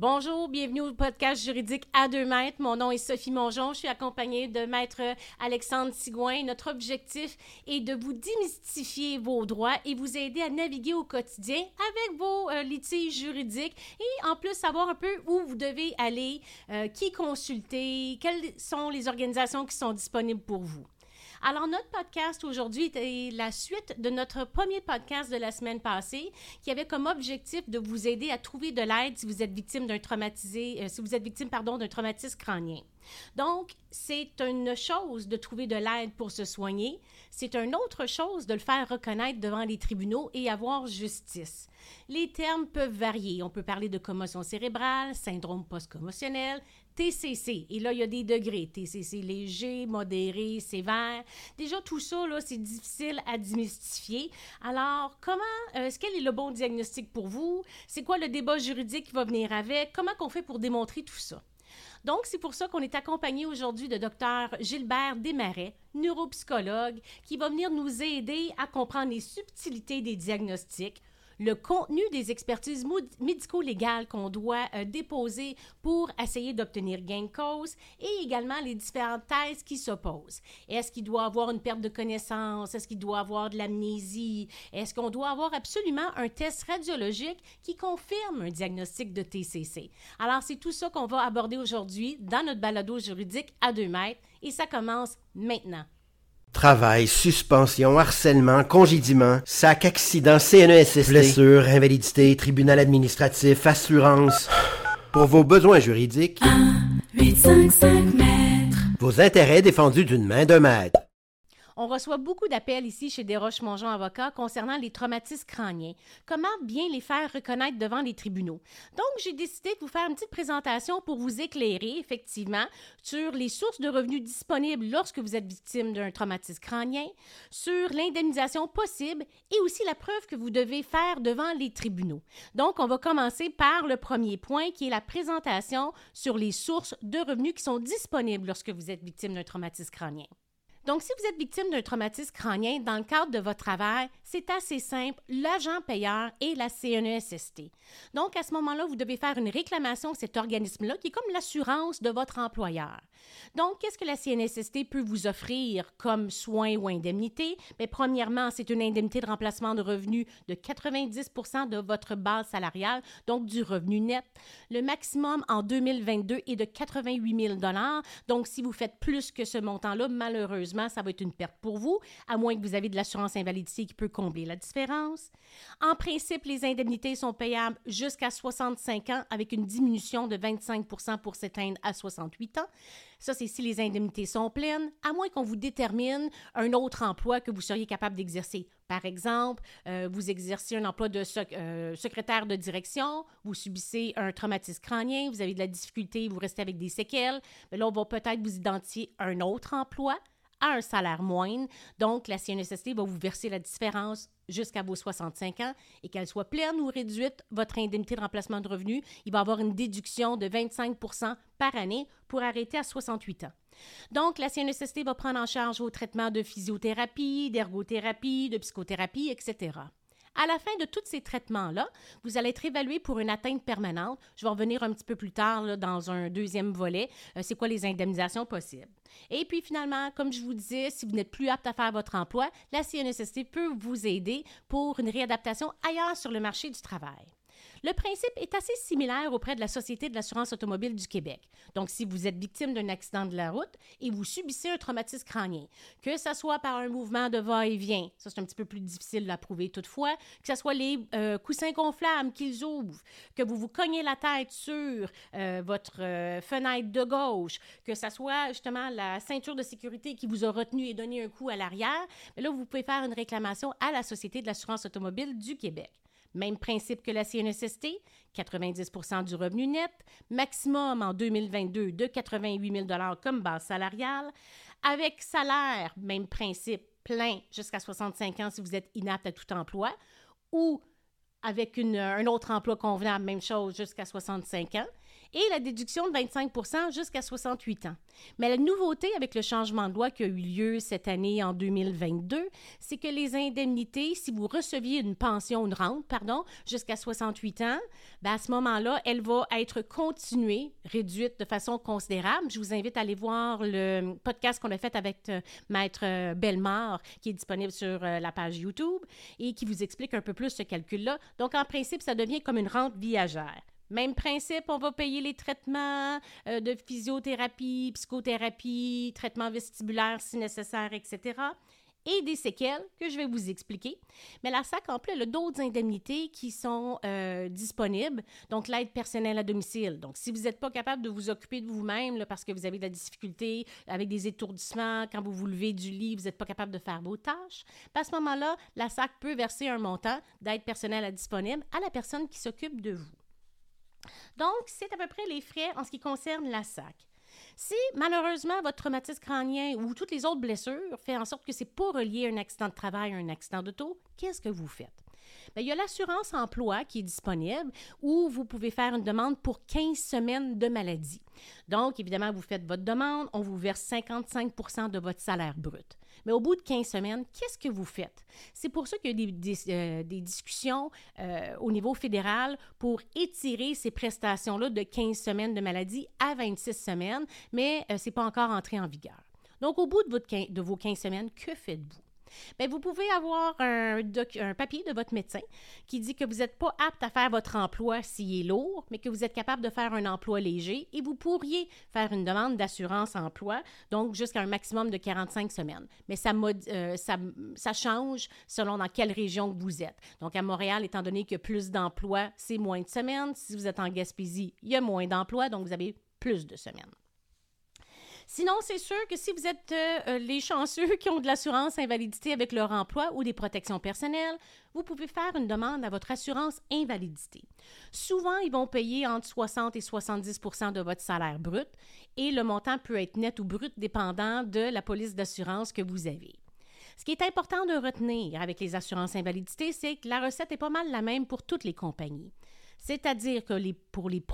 Bonjour, bienvenue au podcast juridique à 2 mètres. Mon nom est Sophie Mongeon. Je suis accompagnée de Maître Alexandre Sigouin. Notre objectif est de vous démystifier vos droits et vous aider à naviguer au quotidien avec vos litiges juridiques et en plus savoir un peu où vous devez aller, qui consulter, quelles sont les organisations qui sont disponibles pour vous. Alors, notre podcast aujourd'hui est la suite de notre premier podcast de la semaine passée qui avait comme objectif de vous aider à trouver de l'aide si vous êtes victime d'un traumatisme crânien. Donc, c'est une chose de trouver de l'aide pour se soigner, c'est une autre chose de le faire reconnaître devant les tribunaux et avoir justice. Les termes peuvent varier. On peut parler de commotion cérébrale, syndrome post-commotionnel, TCC. Et là, il y a des degrés. TCC léger, modéré, sévère. Déjà, tout ça, là, c'est difficile à démystifier. Alors, quel est le bon diagnostic pour vous? C'est quoi le débat juridique qui va venir avec? Comment qu'on fait pour démontrer tout ça? Donc, c'est pour ça qu'on est accompagné aujourd'hui de Dr Gilbert Desmarais, neuropsychologue, qui va venir nous aider à comprendre les subtilités des diagnostics, le contenu des expertises médico-légales qu'on doit déposer pour essayer d'obtenir gain de cause et également les différentes thèses qui s'opposent. Est-ce qu'il doit avoir une perte de connaissance? Est-ce qu'il doit avoir de l'amnésie? Est-ce qu'on doit avoir absolument un test radiologique qui confirme un diagnostic de TCC? Alors, c'est tout ça qu'on va aborder aujourd'hui dans notre balado juridique à 2 mètres et ça commence maintenant. Travail, suspension, harcèlement, congédiement, SAC, accident, CNESST, blessure, invalidité, tribunal administratif, assurance. Pour vos besoins juridiques, 1-855 mètres. Vos intérêts défendus d'une main de maître. On reçoit beaucoup d'appels ici chez Desroches-Mongeon Avocats concernant les traumatismes crâniens. Comment bien les faire reconnaître devant les tribunaux? Donc, j'ai décidé de vous faire une petite présentation pour vous éclairer, effectivement, sur les sources de revenus disponibles lorsque vous êtes victime d'un traumatisme crânien, sur l'indemnisation possible et aussi la preuve que vous devez faire devant les tribunaux. Donc, on va commencer par le premier point qui est la présentation sur les sources de revenus qui sont disponibles lorsque vous êtes victime d'un traumatisme crânien. Donc, si vous êtes victime d'un traumatisme crânien dans le cadre de votre travail, c'est assez simple, l'agent payeur et la CNESST. Donc, à ce moment-là, vous devez faire une réclamation à cet organisme-là qui est comme l'assurance de votre employeur. Donc, qu'est-ce que la CNESST peut vous offrir comme soins ou indemnités? Bien, premièrement, c'est une indemnité de remplacement de revenus de 90 % de votre base salariale, donc du revenu net. Le maximum en 2022 est de 88 000 $. Donc, si vous faites plus que ce montant-là, malheureusement, ça va être une perte pour vous, à moins que vous ayez de l'assurance invalidité qui peut combler la différence. En principe, les indemnités sont payables jusqu'à 65 ans avec une diminution de 25 % pour s'éteindre à 68 ans. Ça, c'est si les indemnités sont pleines, à moins qu'on vous détermine un autre emploi que vous seriez capable d'exercer. Par exemple, vous exercez un emploi de secrétaire de direction, vous subissez un traumatisme crânien, vous avez de la difficulté, vous restez avec des séquelles. Mais là, on va peut-être vous identifier un autre emploi à un salaire moindre. Donc, la CNESST va vous verser la différence jusqu'à vos 65 ans et qu'elle soit pleine ou réduite, votre indemnité de remplacement de revenus, il va y avoir une déduction de 25 % par année pour arrêter à 68 ans. Donc, la CNESST va prendre en charge vos traitements de physiothérapie, d'ergothérapie, de psychothérapie, etc. À la fin de tous ces traitements-là, vous allez être évalué pour une atteinte permanente. Je vais revenir un petit peu plus tard là, dans un deuxième volet. C'est quoi les indemnisations possibles? Et puis finalement, comme je vous disais, si vous n'êtes plus apte à faire votre emploi, la CNESST peut vous aider pour une réadaptation ailleurs sur le marché du travail. Le principe est assez similaire auprès de la Société de l'assurance automobile du Québec. Donc, si vous êtes victime d'un accident de la route et vous subissez un traumatisme crânien, que ce soit par un mouvement de va-et-vient, ça c'est un petit peu plus difficile à prouver toutefois, que ce soit les coussins gonflables qu'ils ouvrent, que vous vous cognez la tête sur votre fenêtre de gauche, que ce soit justement la ceinture de sécurité qui vous a retenu et donné un coup à l'arrière, bien là, vous pouvez faire une réclamation à la Société de l'assurance automobile du Québec. Même principe que la CNESST, 90 % du revenu net, maximum en 2022 de 88 000 $ comme base salariale. Avec salaire, même principe, plein jusqu'à 65 ans si vous êtes inapte à tout emploi, ou avec un autre emploi convenable, même chose jusqu'à 65 ans. et la déduction de 25 % jusqu'à 68 ans. Mais la nouveauté avec le changement de loi qui a eu lieu cette année en 2022, c'est que les indemnités, si vous receviez une rente, jusqu'à 68 ans, bien à ce moment-là, elle va être continuée, réduite de façon considérable. Je vous invite à aller voir le podcast qu'on a fait avec Maître Bellemare, qui est disponible sur la page YouTube et qui vous explique un peu plus ce calcul-là. Donc, en principe, ça devient comme une rente viagère. Même principe, on va payer les traitements de physiothérapie, psychothérapie, traitements vestibulaires si nécessaire, etc. Et des séquelles que je vais vous expliquer. Mais la SAC en plus, elle a d'autres indemnités qui sont disponibles. Donc, l'aide personnelle à domicile. Donc, si vous n'êtes pas capable de vous occuper de vous-même là, parce que vous avez de la difficulté avec des étourdissements, quand vous vous levez du lit, vous n'êtes pas capable de faire vos tâches, à ce moment-là, la SAC peut verser un montant d'aide personnelle à disponible à la personne qui s'occupe de vous. Donc, c'est à peu près les frais en ce qui concerne la SAC. Si, malheureusement, votre traumatisme crânien ou toutes les autres blessures fait en sorte que ce n'est pas relié à un accident de travail ou un accident d'auto, qu'est-ce que vous faites? Bien, il y a l'assurance emploi qui est disponible où vous pouvez faire une demande pour 15 semaines de maladie. Donc, évidemment, vous faites votre demande, on vous verse 55 % de votre salaire brut. Mais au bout de 15 semaines, qu'est-ce que vous faites? C'est pour ça qu'il y a des discussions au niveau fédéral pour étirer ces prestations-là de 15 semaines de maladie à 26 semaines, mais ce n'est pas encore entré en vigueur. Donc, au bout de vos 15 semaines, que faites-vous? Bien, vous pouvez avoir un papier de votre médecin qui dit que vous n'êtes pas apte à faire votre emploi s'il est lourd, mais que vous êtes capable de faire un emploi léger et vous pourriez faire une demande d'assurance emploi, donc jusqu'à un maximum de 45 semaines. Mais ça change selon dans quelle région vous êtes. Donc, à Montréal, étant donné qu'il y a plus d'emplois, c'est moins de semaines. Si vous êtes en Gaspésie, il y a moins d'emplois, donc vous avez plus de semaines. Sinon, c'est sûr que si vous êtes les chanceux qui ont de l'assurance invalidité avec leur emploi ou des protections personnelles, vous pouvez faire une demande à votre assurance invalidité. Souvent, ils vont payer entre 60 et 70 % de votre salaire brut et le montant peut être net ou brut dépendant de la police d'assurance que vous avez. Ce qui est important de retenir avec les assurances invalidité, c'est que la recette est pas mal la même pour toutes les compagnies. C'est-à-dire que pour les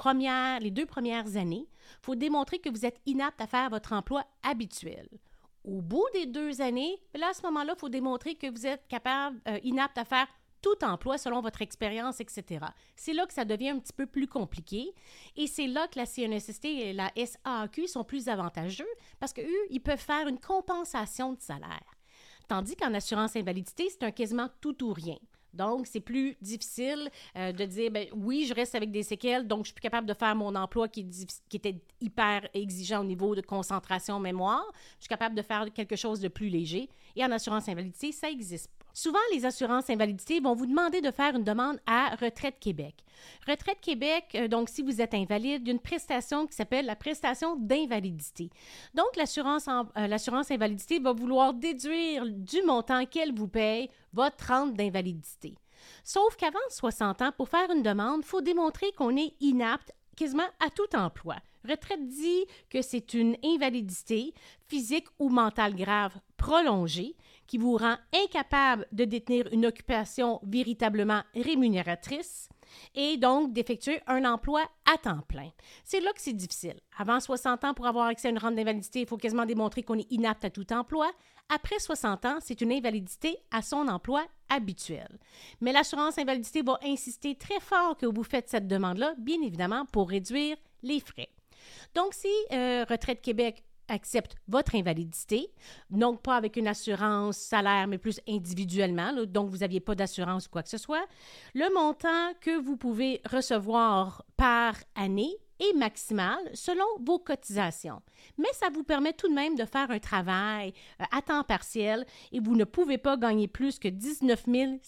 2 premières années, il faut démontrer que vous êtes inapte à faire votre emploi habituel. Au bout des 2 années, là, à ce moment-là, il faut démontrer que vous êtes inapte à faire tout emploi selon votre expérience, etc. C'est là que ça devient un petit peu plus compliqué et c'est là que la CNESST et la SAAQ sont plus avantageux parce qu'eux, ils peuvent faire une compensation de salaire. Tandis qu'en assurance invalidité, c'est un quasiment tout ou rien. Donc, c'est plus difficile de dire, ben oui, je reste avec des séquelles, donc je suis plus capable de faire mon emploi qui était hyper exigeant au niveau de concentration mémoire. Je suis capable de faire quelque chose de plus léger. Et en assurance invalidité, ça n'existe pas. Souvent, les assurances invalidité vont vous demander de faire une demande à Retraite Québec. Retraite Québec, donc si vous êtes invalide, il y a une prestation qui s'appelle la prestation d'invalidité. Donc, l'assurance invalidité va vouloir déduire du montant qu'elle vous paye votre rente d'invalidité. Sauf qu'avant 60 ans, pour faire une demande, il faut démontrer qu'on est inapte quasiment à tout emploi. Retraite dit que c'est une invalidité physique ou mentale grave prolongée qui vous rend incapable de détenir une occupation véritablement rémunératrice et donc d'effectuer un emploi à temps plein. C'est là que c'est difficile. Avant 60 ans, pour avoir accès à une rente d'invalidité, il faut quasiment démontrer qu'on est inapte à tout emploi. Après 60 ans, c'est une invalidité à son emploi habituel. Mais l'assurance invalidité va insister très fort que vous faites cette demande-là, bien évidemment, pour réduire les frais. Donc, si Retraite Québec accepte votre invalidité, donc pas avec une assurance salaire, mais plus individuellement, là, donc vous n'aviez pas d'assurance ou quoi que ce soit, le montant que vous pouvez recevoir par année est maximal selon vos cotisations. Mais ça vous permet tout de même de faire un travail à temps partiel et vous ne pouvez pas gagner plus que 19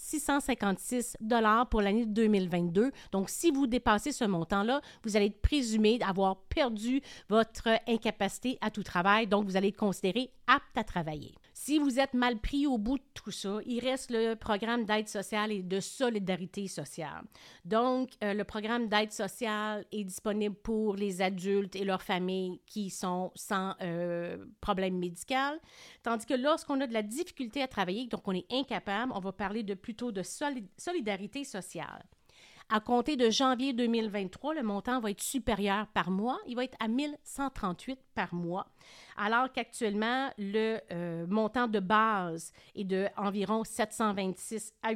656 $ pour l'année 2022. Donc, si vous dépassez ce montant-là, vous allez être présumé d'avoir perdu votre incapacité à tout travail. Donc, vous allez être considéré apte à travailler. Si vous êtes mal pris au bout de tout ça, il reste le programme d'aide sociale et de solidarité sociale. Donc, le programme d'aide sociale est disponible pour les adultes et leurs familles qui sont sans problème médical, tandis que lorsqu'on a de la difficulté à travailler, donc on est incapable, on va parler plutôt de solidarité sociale. À compter de janvier 2023, le montant va être supérieur par mois. Il va être à 1 138 par mois, alors qu'actuellement, le montant de base est de environ 726 à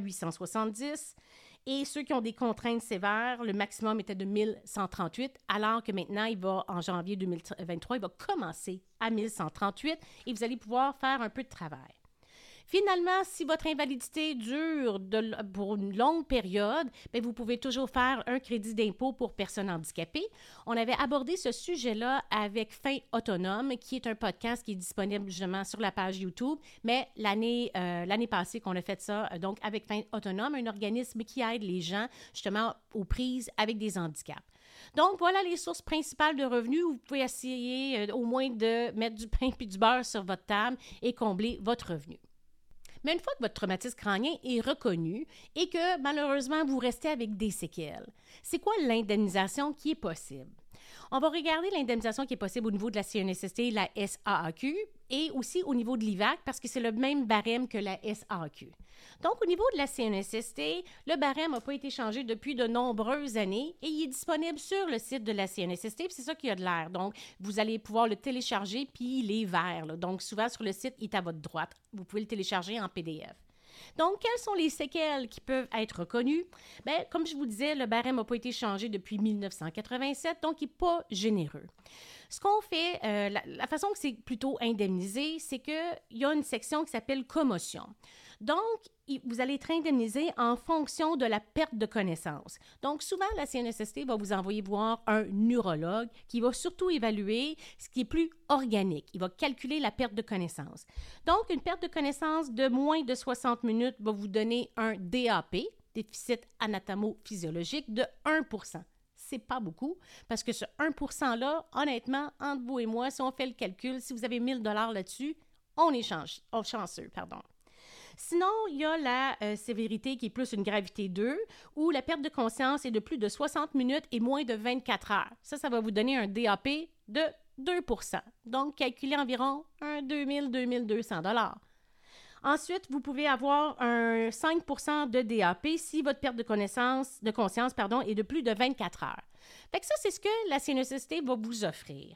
870. Et ceux qui ont des contraintes sévères, le maximum était de 1 138, alors que maintenant, en janvier 2023, il va commencer à 1 138 et vous allez pouvoir faire un peu de travail. Finalement, si votre invalidité dure pour une longue période, bien, vous pouvez toujours faire un crédit d'impôt pour personnes handicapées. On avait abordé ce sujet-là avec Fin autonome, qui est un podcast qui est disponible justement sur la page YouTube, mais l'année passée qu'on a fait ça, donc avec Fin autonome, un organisme qui aide les gens justement aux prises avec des handicaps. Donc, voilà les sources principales de revenus. Vous pouvez essayer au moins de mettre du pain puis du beurre sur votre table et combler votre revenu. Mais une fois que votre traumatisme crânien est reconnu et que malheureusement vous restez avec des séquelles, c'est quoi l'indemnisation qui est possible? On va regarder l'indemnisation qui est possible au niveau de la CNSST et la SAAQ et aussi au niveau de l'IVAC parce que c'est le même barème que la SAAQ. Donc, au niveau de la CNSST, le barème n'a pas été changé depuis de nombreuses années et il est disponible sur le site de la CNSST, puis c'est ça qui a de l'air. Donc, vous allez pouvoir le télécharger, puis il est vert. Là. Donc, souvent, sur le site, il est à votre droite. Vous pouvez le télécharger en PDF. Donc, quelles sont les séquelles qui peuvent être reconnues? Bien, comme je vous disais, le barème n'a pas été changé depuis 1987, donc il n'est pas généreux. Ce qu'on fait, la façon que c'est plutôt indemnisé, c'est qu'il y a une section qui s'appelle commotion. Donc, vous allez être indemnisé en fonction de la perte de connaissance. Donc, souvent, la CNSST va vous envoyer voir un neurologue qui va surtout évaluer ce qui est plus organique. Il va calculer la perte de connaissance. Donc, une perte de connaissance de moins de 60 minutes va vous donner un DAP, déficit anatomo-physiologique, de 1 %. C'est pas beaucoup, parce que ce 1 %-là, honnêtement, entre vous et moi, si on fait le calcul, si vous avez 1 000 $ là-dessus, on est chanceux. Sinon, il y a la sévérité qui est plus une gravité 2, où la perte de conscience est de plus de 60 minutes et moins de 24 heures. Ça va vous donner un DAP de 2 %. Donc, calculez environ 2 200 $. Ensuite, vous pouvez avoir un 5 % de DAP si votre perte de conscience est de plus de 24 heures. Fait que ça, c'est ce que la CNSST va vous offrir.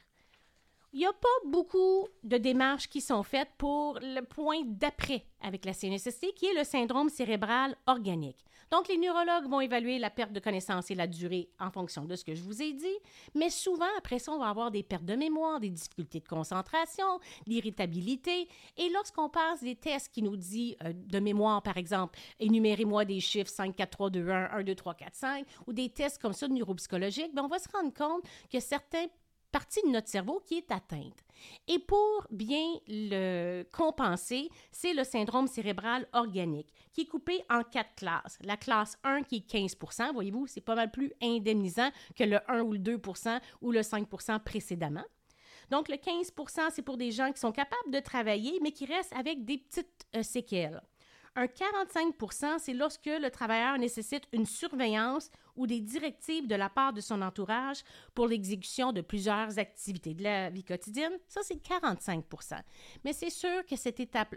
Il n'y a pas beaucoup de démarches qui sont faites pour le point d'après avec la CNSST, qui est le syndrome cérébral organique. Donc, les neurologues vont évaluer la perte de connaissance et la durée en fonction de ce que je vous ai dit, mais souvent, après ça, on va avoir des pertes de mémoire, des difficultés de concentration, l'irritabilité, et lorsqu'on passe des tests qui nous disent de mémoire, par exemple, énumérez-moi des chiffres 5, 4, 3, 2, 1, 1, 2, 3, 4, 5, ou des tests comme ça de neuropsychologique, bien, on va se rendre compte que certains partie de notre cerveau qui est atteinte. Et pour bien le compenser, c'est le syndrome cérébral organique, qui est coupé en 4 classes. La classe 1 qui est 15 %, voyez-vous, c'est pas mal plus indemnisant que le 1 ou le 2 % ou le 5 % précédemment. Donc, le 15 % c'est pour des gens qui sont capables de travailler, mais qui restent avec des petites séquelles. Un 45 % c'est lorsque le travailleur nécessite une surveillance ou des directives de la part de son entourage pour l'exécution de plusieurs activités de la vie quotidienne. Ça, c'est 45 %. Mais c'est sûr que cette étape,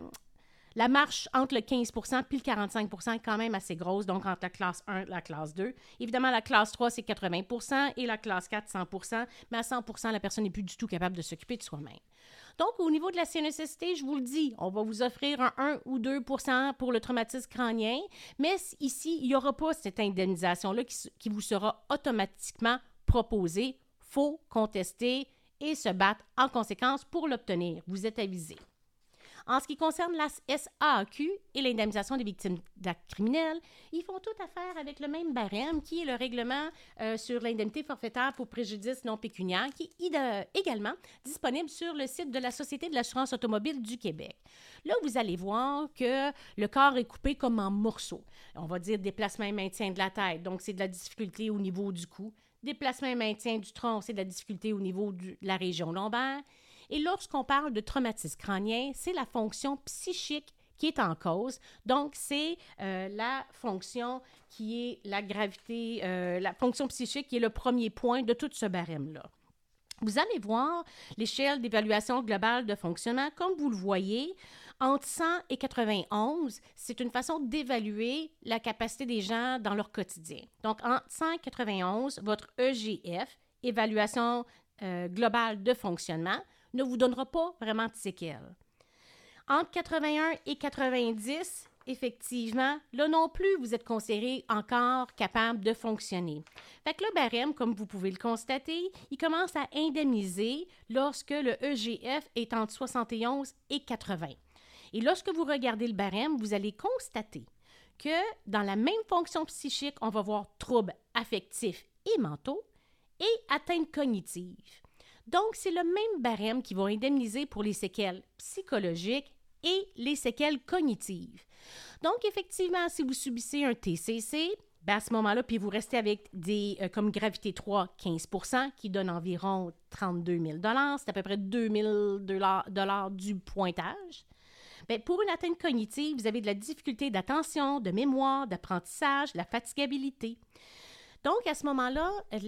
la marche entre le 15 % puis le 45 % est quand même assez grosse, donc entre la classe 1 et la classe 2. Évidemment, la classe 3, c'est 80 % et la classe 4, 100 %, mais à 100 % la personne n'est plus du tout capable de s'occuper de soi-même. Donc, au niveau de la CNSST, je vous le dis, on va vous offrir un 1 ou 2 % pour le traumatisme crânien, mais ici, il n'y aura pas cette indemnisation-là qui vous sera automatiquement proposée. Il faut contester et se battre en conséquence pour l'obtenir. Vous êtes avisé. En ce qui concerne la SAAQ et l'indemnisation des victimes d'actes criminels, ils font tout affaire avec le même barème qui est le règlement sur l'indemnité forfaitaire pour préjudice non pécuniaire qui est également disponible sur le site de la Société de l'assurance automobile du Québec. Là, vous allez voir que le corps est coupé comme en morceaux. On va dire déplacement et maintien de la tête, donc c'est de la difficulté au niveau du cou. Déplacement et maintien du tronc, c'est de la difficulté au niveau de la région lombaire. Et lorsqu'on parle de traumatisme crânien, c'est la fonction psychique qui est en cause. Donc, c'est la fonction qui est la gravité, la fonction psychique qui est le premier point de tout ce barème-là. Vous allez voir l'échelle d'évaluation globale de fonctionnement, comme vous le voyez, entre 100 et 91, c'est une façon d'évaluer la capacité des gens dans leur quotidien. Donc, entre 100 et 91, votre EGF, évaluation globale de fonctionnement, ne vous donnera pas vraiment de séquelles. Entre 81 et 90, effectivement, là non plus, vous êtes considéré encore capable de fonctionner. Fait que le barème, comme vous pouvez le constater, il commence à indemniser lorsque le EGF est entre 71 et 80. Et lorsque vous regardez le barème, vous allez constater que dans la même fonction psychique, on va voir troubles affectifs et mentaux et atteintes cognitives. Donc, c'est le même barème qui va indemniser pour les séquelles psychologiques et les séquelles cognitives. Donc, effectivement, si vous subissez un TCC, à ce moment-là, puis vous restez avec des, comme gravité 3, 15 % qui donne environ 32 000 $, c'est à peu près 2 000 $ du pointage. Bien, pour une atteinte cognitive, vous avez de la difficulté d'attention, de mémoire, d'apprentissage, de la fatigabilité. Donc, à ce moment-là,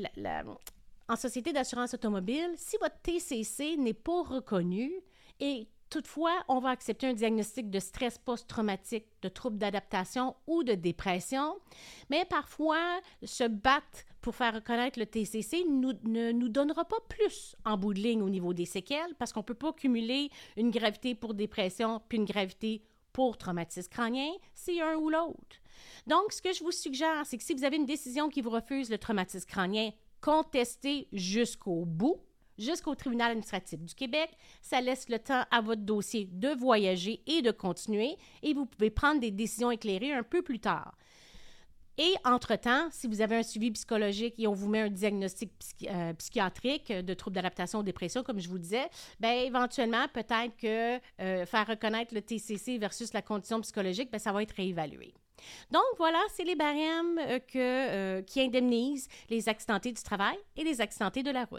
en société d'assurance automobile, si votre TCC n'est pas reconnu et toutefois, on va accepter un diagnostic de stress post-traumatique, de troubles d'adaptation ou de dépression, mais parfois, se battre pour faire reconnaître le TCC ne nous donnera pas plus en bout de ligne au niveau des séquelles parce qu'on ne peut pas cumuler une gravité pour dépression puis une gravité pour traumatisme crânien, c'est un ou l'autre. Donc, ce que je vous suggère, c'est que si vous avez une décision qui vous refuse le traumatisme crânien, contestez jusqu'au bout, jusqu'au tribunal administratif du Québec. Ça laisse le temps à votre dossier de voyager et de continuer et vous pouvez prendre des décisions éclairées un peu plus tard. Et entre-temps, si vous avez un suivi psychologique et on vous met un diagnostic psychiatrique de troubles d'adaptation ou dépression, comme je vous disais, bien, éventuellement, peut-être que faire reconnaître le TCC versus la condition psychologique, bien, ça va être réévalué. Donc, voilà, c'est les barèmes qui indemnisent les accidentés du travail et les accidentés de la route.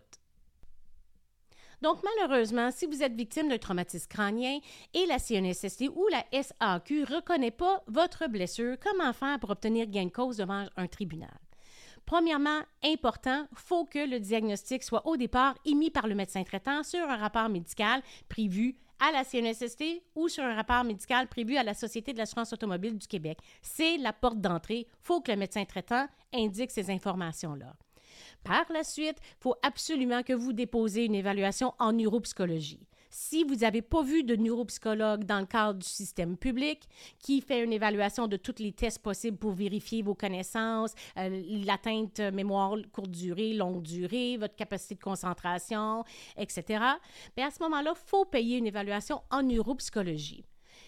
Donc, malheureusement, si vous êtes victime d'un traumatisme crânien et la CNSST ou la SAQ ne reconnaît pas votre blessure, comment faire pour obtenir gain de cause devant un tribunal? Premièrement, important, il faut que le diagnostic soit au départ émis par le médecin traitant sur un rapport médical prévu à la CNSST ou sur un rapport médical prévu à la Société de l'assurance automobile du Québec. C'est la porte d'entrée. Il faut que le médecin traitant indique ces informations-là. Par la suite, il faut absolument que vous déposiez une évaluation en neuropsychologie. Si vous n'avez pas vu de neuropsychologue dans le cadre du système public qui fait une évaluation de tous les tests possibles pour vérifier vos connaissances, l'atteinte mémoire courte durée, longue durée, votre capacité de concentration, etc., bien à ce moment-là, il faut payer une évaluation en neuropsychologie.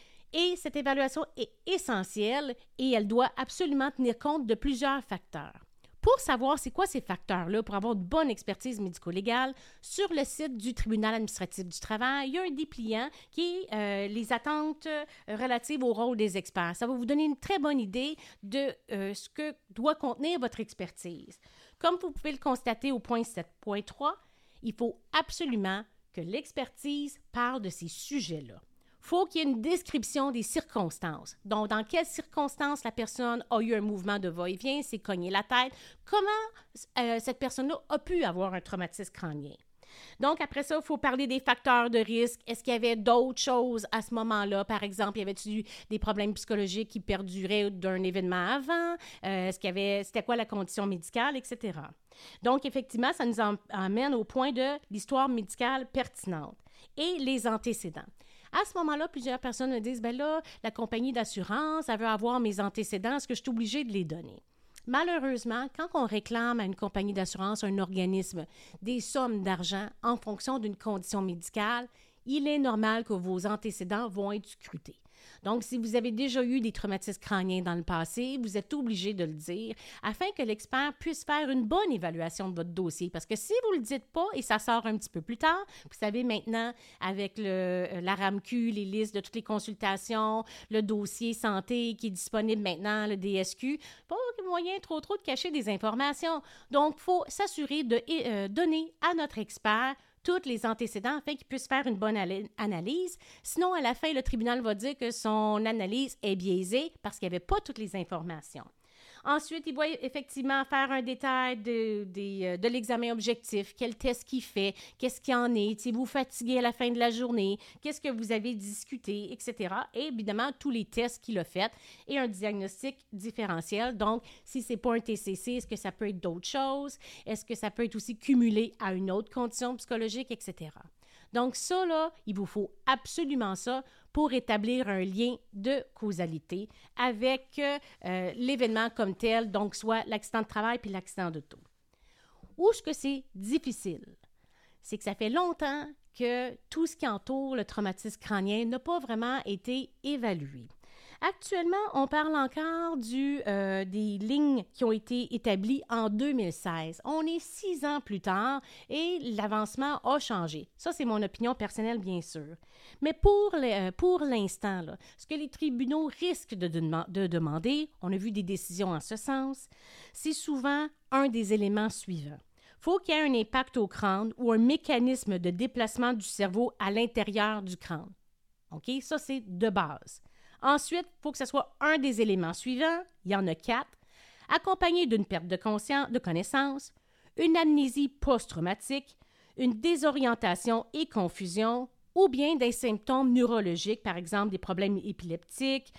Et cette évaluation est essentielle et elle doit absolument tenir compte de plusieurs facteurs. Pour savoir c'est quoi ces facteurs-là, pour avoir une bonne expertise médico-légale, sur le site du tribunal administratif du travail, il y a un dépliant qui est les attentes relatives au rôle des experts. Ça va vous donner une très bonne idée de ce que doit contenir votre expertise. Comme vous pouvez le constater au point 7.3, il faut absolument que l'expertise parle de ces sujets-là. Il faut qu'il y ait une description des circonstances. Donc, dans quelles circonstances la personne a eu un mouvement de va-et-vient, s'est cogné la tête, comment cette personne-là a pu avoir un traumatisme crânien. Donc, après ça, il faut parler des facteurs de risque. Est-ce qu'il y avait d'autres choses à ce moment-là? Par exemple, y avait-il des problèmes psychologiques qui perduraient d'un événement avant? C'était quoi la condition médicale, etc. Donc, effectivement, ça nous emmène au point de l'histoire médicale pertinente et les antécédents. À ce moment-là, plusieurs personnes me disent, bien là, la compagnie d'assurance, elle veut avoir mes antécédents, est-ce que je suis obligée de les donner? Malheureusement, quand on réclame à une compagnie d'assurance, un organisme, des sommes d'argent en fonction d'une condition médicale, il est normal que vos antécédents vont être scrutés. Donc, si vous avez déjà eu des traumatismes crâniens dans le passé, vous êtes obligé de le dire afin que l'expert puisse faire une bonne évaluation de votre dossier. Parce que si vous ne le dites pas et ça sort un petit peu plus tard, vous savez maintenant, avec la RAMQ, les listes de toutes les consultations, le dossier santé qui est disponible maintenant, le DSQ, pas moyen trop de cacher des informations. Donc, il faut s'assurer de donner à notre expert tous les antécédents afin qu'il puisse faire une bonne analyse. Sinon, à la fin, le tribunal va dire que son analyse est biaisée parce qu'il n'y avait pas toutes les informations. Ensuite, il va effectivement faire un détail de l'examen objectif, quel test qu'il fait, qu'est-ce qu'il en est, si vous fatiguez à la fin de la journée, qu'est-ce que vous avez discuté, etc. Et évidemment, tous les tests qu'il a faits et un diagnostic différentiel. Donc, si ce n'est pas un TCC, est-ce que ça peut être d'autres choses? Est-ce que ça peut être aussi cumulé à une autre condition psychologique, etc. Donc ça, là, il vous faut absolument ça pour établir un lien de causalité avec l'événement comme tel, donc soit l'accident de travail puis l'accident d'auto. Où est-ce que c'est difficile? C'est que ça fait longtemps que tout ce qui entoure le traumatisme crânien n'a pas vraiment été évalué. Actuellement, on parle encore des lignes qui ont été établies en 2016. On est 6 ans plus tard et l'avancement a changé. Ça, c'est mon opinion personnelle, bien sûr. Mais pour l'instant, là, ce que les tribunaux risquent de demander, on a vu des décisions en ce sens, c'est souvent un des éléments suivants. Il faut qu'il y ait un impact au crâne ou un mécanisme de déplacement du cerveau à l'intérieur du crâne. OK? Ça, c'est de base. Ensuite, il faut que ce soit un des éléments suivants, il y en a 4, accompagné d'une perte de connaissance, une amnésie post-traumatique, une désorientation et confusion, ou bien des symptômes neurologiques, par exemple des problèmes épileptiques,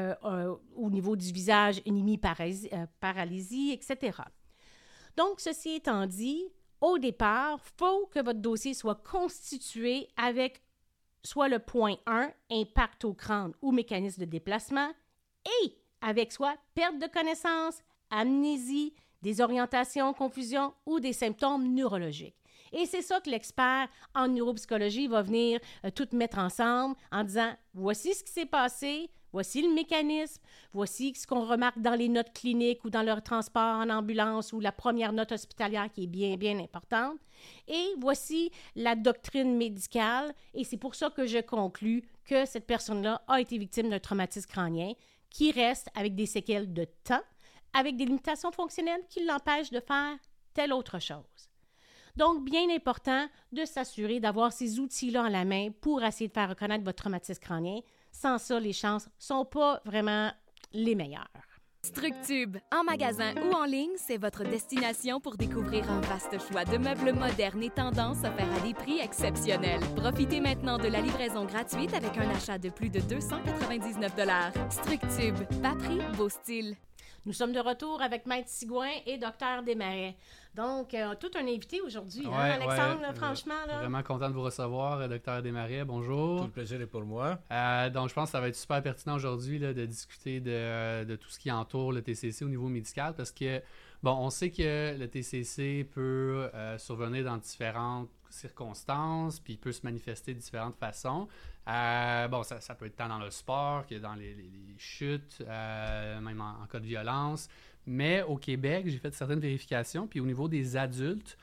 au niveau du visage, une hémiparalysie, etc. Donc, ceci étant dit, au départ, il faut que votre dossier soit constitué avec soit le point 1, impact au crâne ou mécanisme de déplacement, et avec soit perte de connaissance, amnésie, désorientation, confusion ou des symptômes neurologiques. Et c'est ça que l'expert en neuropsychologie va venir tout mettre ensemble en disant « Voici ce qui s'est passé, voici le mécanisme, voici ce qu'on remarque dans les notes cliniques ou dans leur transport en ambulance ou la première note hospitalière qui est bien, bien importante. Et voici la doctrine médicale. Et c'est pour ça que je conclus que cette personne-là a été victime d'un traumatisme crânien qui reste avec des séquelles de temps, avec des limitations fonctionnelles qui l'empêchent de faire telle autre chose. Donc, bien important de s'assurer d'avoir ces outils-là en la main pour essayer de faire reconnaître votre traumatisme crânien. Sans ça, les chances ne sont pas vraiment les meilleures. Structube, en magasin ou en ligne, c'est votre destination pour découvrir un vaste choix de meubles modernes et tendances offerts à des prix exceptionnels. Profitez maintenant de la livraison gratuite avec un achat de plus de 299 $. Structube, bas prix, beau style. Nous sommes de retour avec Maître Sigouin et Dr Desmarais. Donc, tout un invité aujourd'hui, Alexandre, là, franchement. Là. Vraiment content de vous recevoir, Dr Desmarais, bonjour. Tout le plaisir est pour moi. Donc, je pense que ça va être super pertinent aujourd'hui là, de discuter de tout ce qui entoure le TCC au niveau médical parce que, bon, on sait que le TCC peut survenir dans différentes circonstances, puis il peut se manifester de différentes façons. Bon, ça peut être tant dans le sport que dans les chutes, même en cas de violence. Mais au Québec, j'ai fait certaines vérifications, puis au niveau des adultes,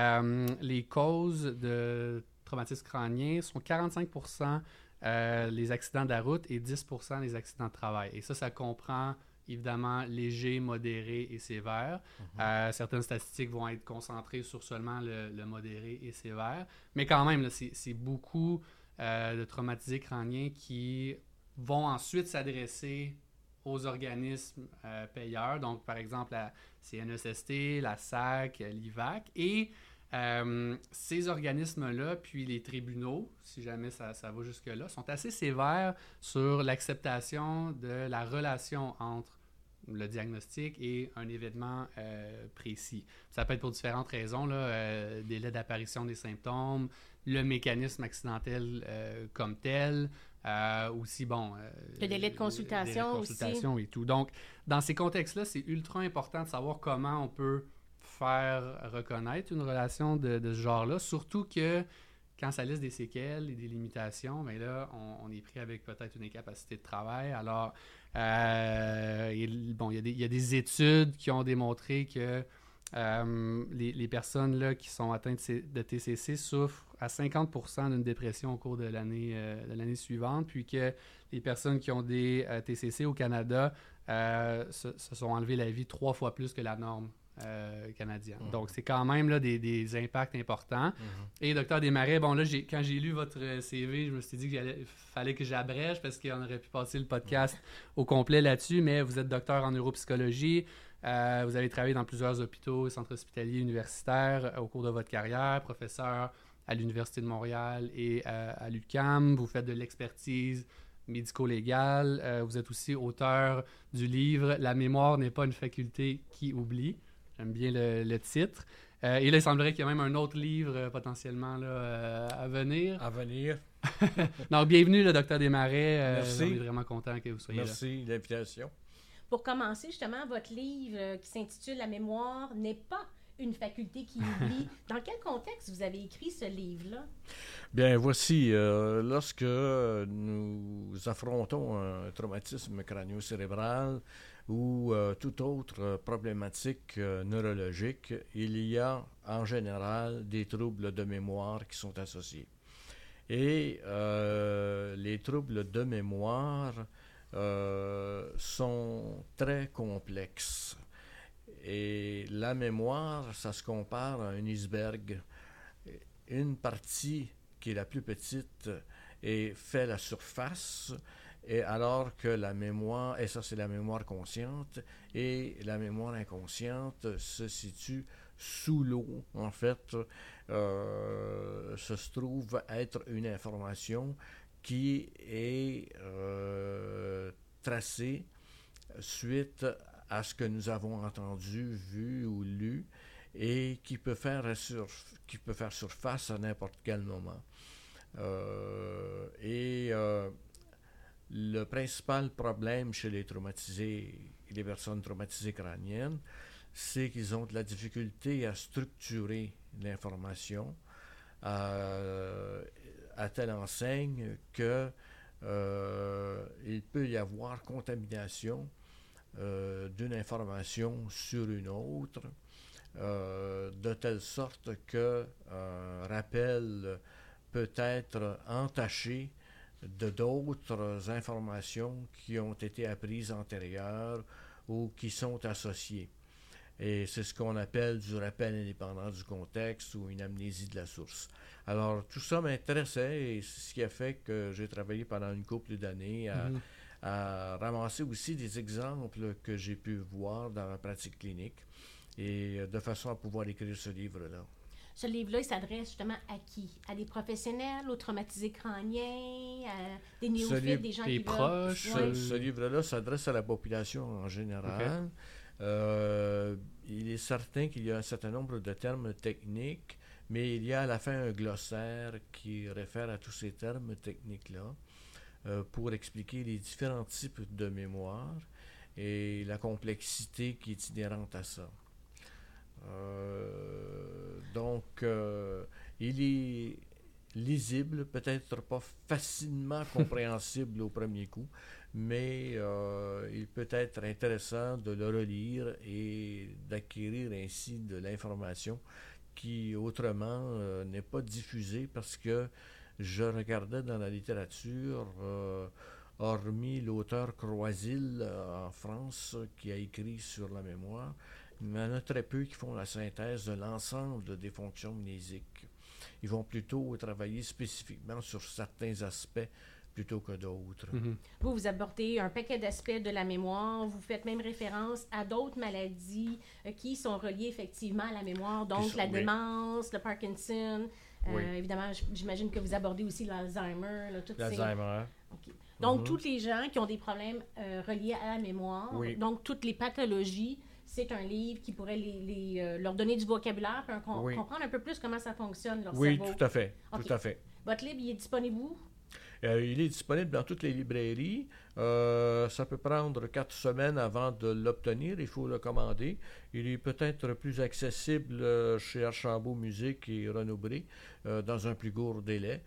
les causes de traumatisme crânien sont 45% les accidents de la route et 10% les accidents de travail. Et ça comprend évidemment léger, modéré et sévère. Certaines statistiques vont être concentrées sur seulement le modéré et sévère. Mais quand même, là, c'est beaucoup de traumatisés crâniens qui vont ensuite s'adresser aux organismes payeurs. Donc, par exemple, la CNESST, la SAC, l'IVAC. Et ces organismes-là, puis les tribunaux, si jamais ça va jusque-là, sont assez sévères sur l'acceptation de la relation entre le diagnostic et un événement précis. Ça peut être pour différentes raisons, là, délai d'apparition des symptômes, le mécanisme accidentel comme tel, aussi, bon... le délai de consultation aussi. Et tout. Donc, dans ces contextes-là, c'est ultra important de savoir comment on peut faire reconnaître une relation de ce genre-là, surtout que quand ça laisse des séquelles et des limitations, bien là, on est pris avec peut-être une incapacité de travail. Alors, bon, il y a des études qui ont démontré que les personnes là, qui sont atteintes de TCC souffrent à 50% d'une dépression au cours de l'année suivante, puis que les personnes qui ont des TCC au Canada se sont enlevées la vie 3 fois plus que la norme canadienne. Donc, c'est quand même là, des impacts importants. Et Dr Desmarais, bon là, quand j'ai lu votre CV, je me suis dit qu'il fallait que j'abrège parce qu'on aurait pu passer le podcast au complet là-dessus, mais vous êtes docteur en neuropsychologie, Vous avez travaillé dans plusieurs hôpitaux, centres hospitaliers, universitaires au cours de votre carrière, professeur à l'Université de Montréal et à l'UQAM. Vous faites de l'expertise médico-légale. Vous êtes aussi auteur du livre « La mémoire n'est pas une faculté qui oublie ». J'aime bien le titre. Et là, il semblerait qu'il y a même un autre livre potentiellement là, à venir. À venir. Donc, bienvenue, le Dr Desmarais. Merci. On est vraiment content que vous soyez là. Merci de l'invitation. Pour commencer, justement, votre livre qui s'intitule « La mémoire n'est pas une faculté qui oublie ». Dans quel contexte vous avez écrit ce livre-là? Bien, voici, lorsque nous affrontons un traumatisme crânio-cérébral ou toute autre problématique neurologique, il y a en général des troubles de mémoire qui sont associés. Et les troubles de mémoire sont très complexes. Et la mémoire, ça se compare à un iceberg. Une partie qui est la plus petite et fait la surface, et alors que la mémoire, et ça c'est la mémoire consciente, et la mémoire inconsciente se situe sous l'eau. En fait, se trouve être une information qui est tracée suite à ce que nous avons entendu, vu ou lu, et qui peut faire surface à n'importe quel moment. Le principal problème chez les traumatisés, les personnes traumatisées crâniennes, c'est qu'ils ont de la difficulté à structurer l'information à telle enseigne que il peut y avoir contamination d'une information sur une autre, de telle sorte que un rappel peut être entaché de d'autres informations qui ont été apprises antérieures ou qui sont associées. Et c'est ce qu'on appelle du rappel indépendant du contexte ou une amnésie de la source. Alors, tout ça m'intéressait et c'est ce qui a fait que j'ai travaillé pendant une couple d'années à ramasser aussi des exemples que j'ai pu voir dans la pratique clinique et de façon à pouvoir écrire ce livre-là. Ce livre-là, il s'adresse justement à qui? À des professionnels, aux traumatisés crâniens, à des néophytes, des gens qui proches. Ce livre-là s'adresse à la population en général. Okay. Il est certain qu'il y a un certain nombre de termes techniques, mais il y a à la fin un glossaire qui réfère à tous ces termes techniques-là pour expliquer les différents types de mémoire et la complexité qui est inhérente à ça. Donc, il est lisible, peut-être pas facilement compréhensible au premier coup, mais il peut être intéressant de le relire et d'acquérir ainsi de l'information qui autrement n'est pas diffusée parce que je regardais dans la littérature, hormis l'auteur Croisil en France qui a écrit sur la mémoire, il y en a très peu qui font la synthèse de l'ensemble des fonctions mnésiques. Ils vont plutôt travailler spécifiquement sur certains aspects plutôt que d'autres. Mm-hmm. Vous abordez un paquet d'aspects de la mémoire. Vous faites même référence à d'autres maladies qui sont reliées effectivement à la mémoire, donc la démence, le Parkinson. Évidemment, j'imagine que vous abordez aussi l'Alzheimer. L'Alzheimer. Okay. Donc, tous les gens qui ont des problèmes reliés à la mémoire, donc toutes les pathologies, c'est un livre qui pourrait leur donner du vocabulaire et comprendre un peu plus comment ça fonctionne, leur cerveau. Oui, tout à fait. Okay. Tout à fait. Votre livre, il est disponible où? Il est disponible dans toutes les librairies. Ça peut prendre 4 semaines avant de l'obtenir. Il faut le commander. Il est peut-être plus accessible chez Archambault Musique et Renaud-Bré dans un plus court délai.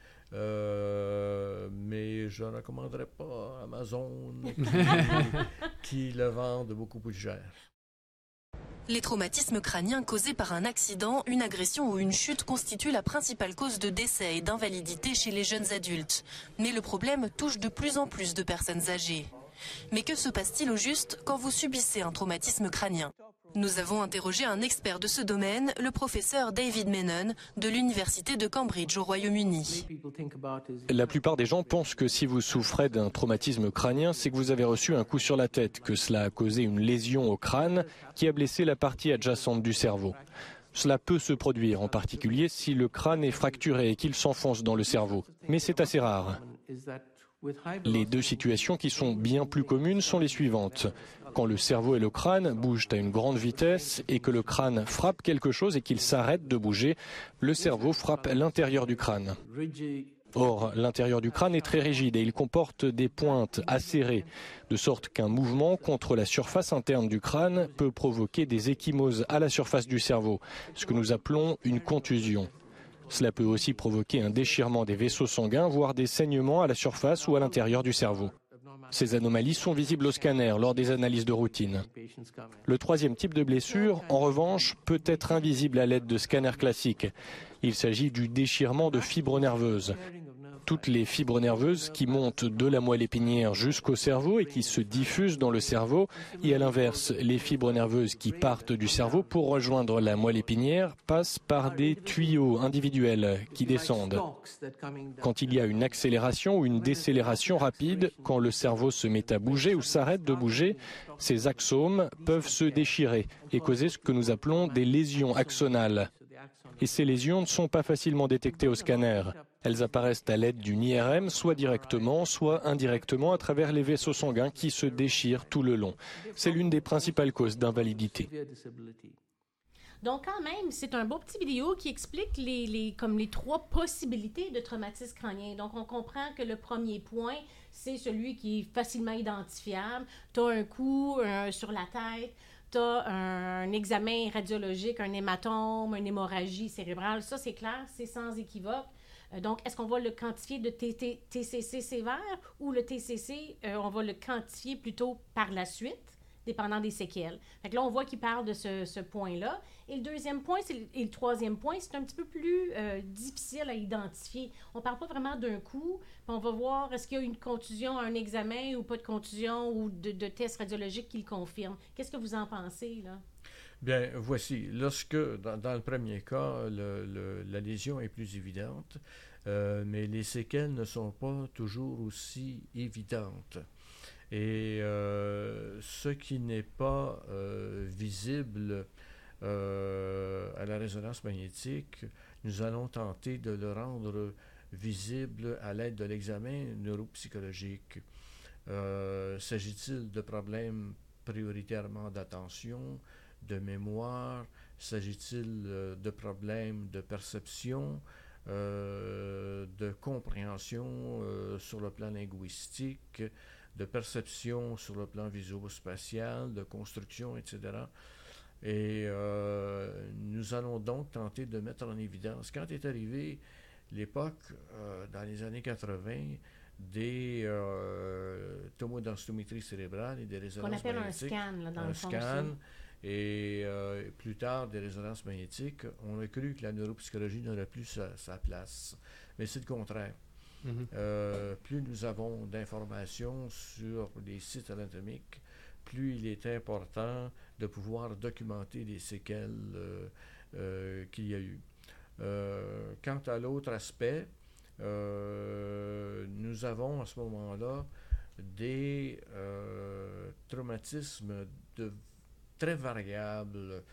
Mais je ne recommanderais pas Amazon qui le vendent beaucoup plus cher. Les traumatismes crâniens causés par un accident, une agression ou une chute constituent la principale cause de décès et d'invalidité chez les jeunes adultes. Mais le problème touche de plus en plus de personnes âgées. Mais que se passe-t-il au juste quand vous subissez un traumatisme crânien? Nous avons interrogé un expert de ce domaine, le professeur David Menon de l'Université de Cambridge au Royaume-Uni. La plupart des gens pensent que si vous souffrez d'un traumatisme crânien, c'est que vous avez reçu un coup sur la tête, que cela a causé une lésion au crâne qui a blessé la partie adjacente du cerveau. Cela peut se produire, en particulier si le crâne est fracturé et qu'il s'enfonce dans le cerveau. Mais c'est assez rare. Les deux situations qui sont bien plus communes sont les suivantes. Quand le cerveau et le crâne bougent à une grande vitesse et que le crâne frappe quelque chose et qu'il s'arrête de bouger, le cerveau frappe l'intérieur du crâne. Or, l'intérieur du crâne est très rigide et il comporte des pointes acérées, de sorte qu'un mouvement contre la surface interne du crâne peut provoquer des ecchymoses à la surface du cerveau, ce que nous appelons une contusion. Cela peut aussi provoquer un déchirement des vaisseaux sanguins, voire des saignements à la surface ou à l'intérieur du cerveau. Ces anomalies sont visibles au scanner lors des analyses de routine. Le troisième type de blessure, en revanche, peut être invisible à l'aide de scanners classiques. Il s'agit du déchirement de fibres nerveuses. Toutes les fibres nerveuses qui montent de la moelle épinière jusqu'au cerveau et qui se diffusent dans le cerveau, et à l'inverse, les fibres nerveuses qui partent du cerveau pour rejoindre la moelle épinière passent par des tuyaux individuels qui descendent. Quand il y a une accélération ou une décélération rapide, quand le cerveau se met à bouger ou s'arrête de bouger, ces axomes peuvent se déchirer et causer ce que nous appelons des lésions axonales. Et ces lésions ne sont pas facilement détectées au scanner. Elles apparaissent à l'aide d'une IRM, soit directement, soit indirectement à travers les vaisseaux sanguins qui se déchirent tout le long. C'est l'une des principales causes d'invalidité. Donc, quand même, c'est un beau petit vidéo qui explique les trois possibilités de traumatisme crânien. Donc, on comprend que le premier point, c'est celui qui est facilement identifiable. Tu as un coup sur la tête, tu as un examen radiologique, un hématome, une hémorragie cérébrale. Ça, c'est clair, c'est sans équivoque. Donc, est-ce qu'on va le quantifier de TCC sévère ou le TCC, on va le quantifier plutôt par la suite, dépendant des séquelles? Fait que là, on voit qu'il parle de ce point-là. Et le deuxième point, et le troisième point, c'est un petit peu plus difficile à identifier. On ne parle pas vraiment d'un coup. On va voir est-ce qu'il y a une contusion à un examen ou pas de contusion ou de test radiologique qui le confirme. Qu'est-ce que vous en pensez, là? Bien, voici. Lorsque, dans le premier cas, la lésion est plus évidente, mais les séquelles ne sont pas toujours aussi évidentes. Et ce qui n'est pas visible à la résonance magnétique, nous allons tenter de le rendre visible à l'aide de l'examen neuropsychologique. S'agit-il de problèmes prioritairement d'attention, de mémoire? S'agit-il de problèmes de perception, de compréhension sur le plan linguistique, de perception sur le plan visuospatial, de construction, etc. Et nous allons donc tenter de mettre en évidence, quand est arrivée l'époque, dans les années 80, des tomodensitométries cérébrales et des résonances magnétiques. Qu'on appelle un scan, là, dans le fond. Scan, et plus tard des résonances magnétiques. On a cru que la neuropsychologie n'aurait plus sa place. Mais c'est le contraire. Plus nous avons d'informations sur les sites anatomiques, plus il est important de pouvoir documenter les séquelles qu'il y a eu. Quant à l'autre aspect, nous avons à ce moment-là des traumatismes très variables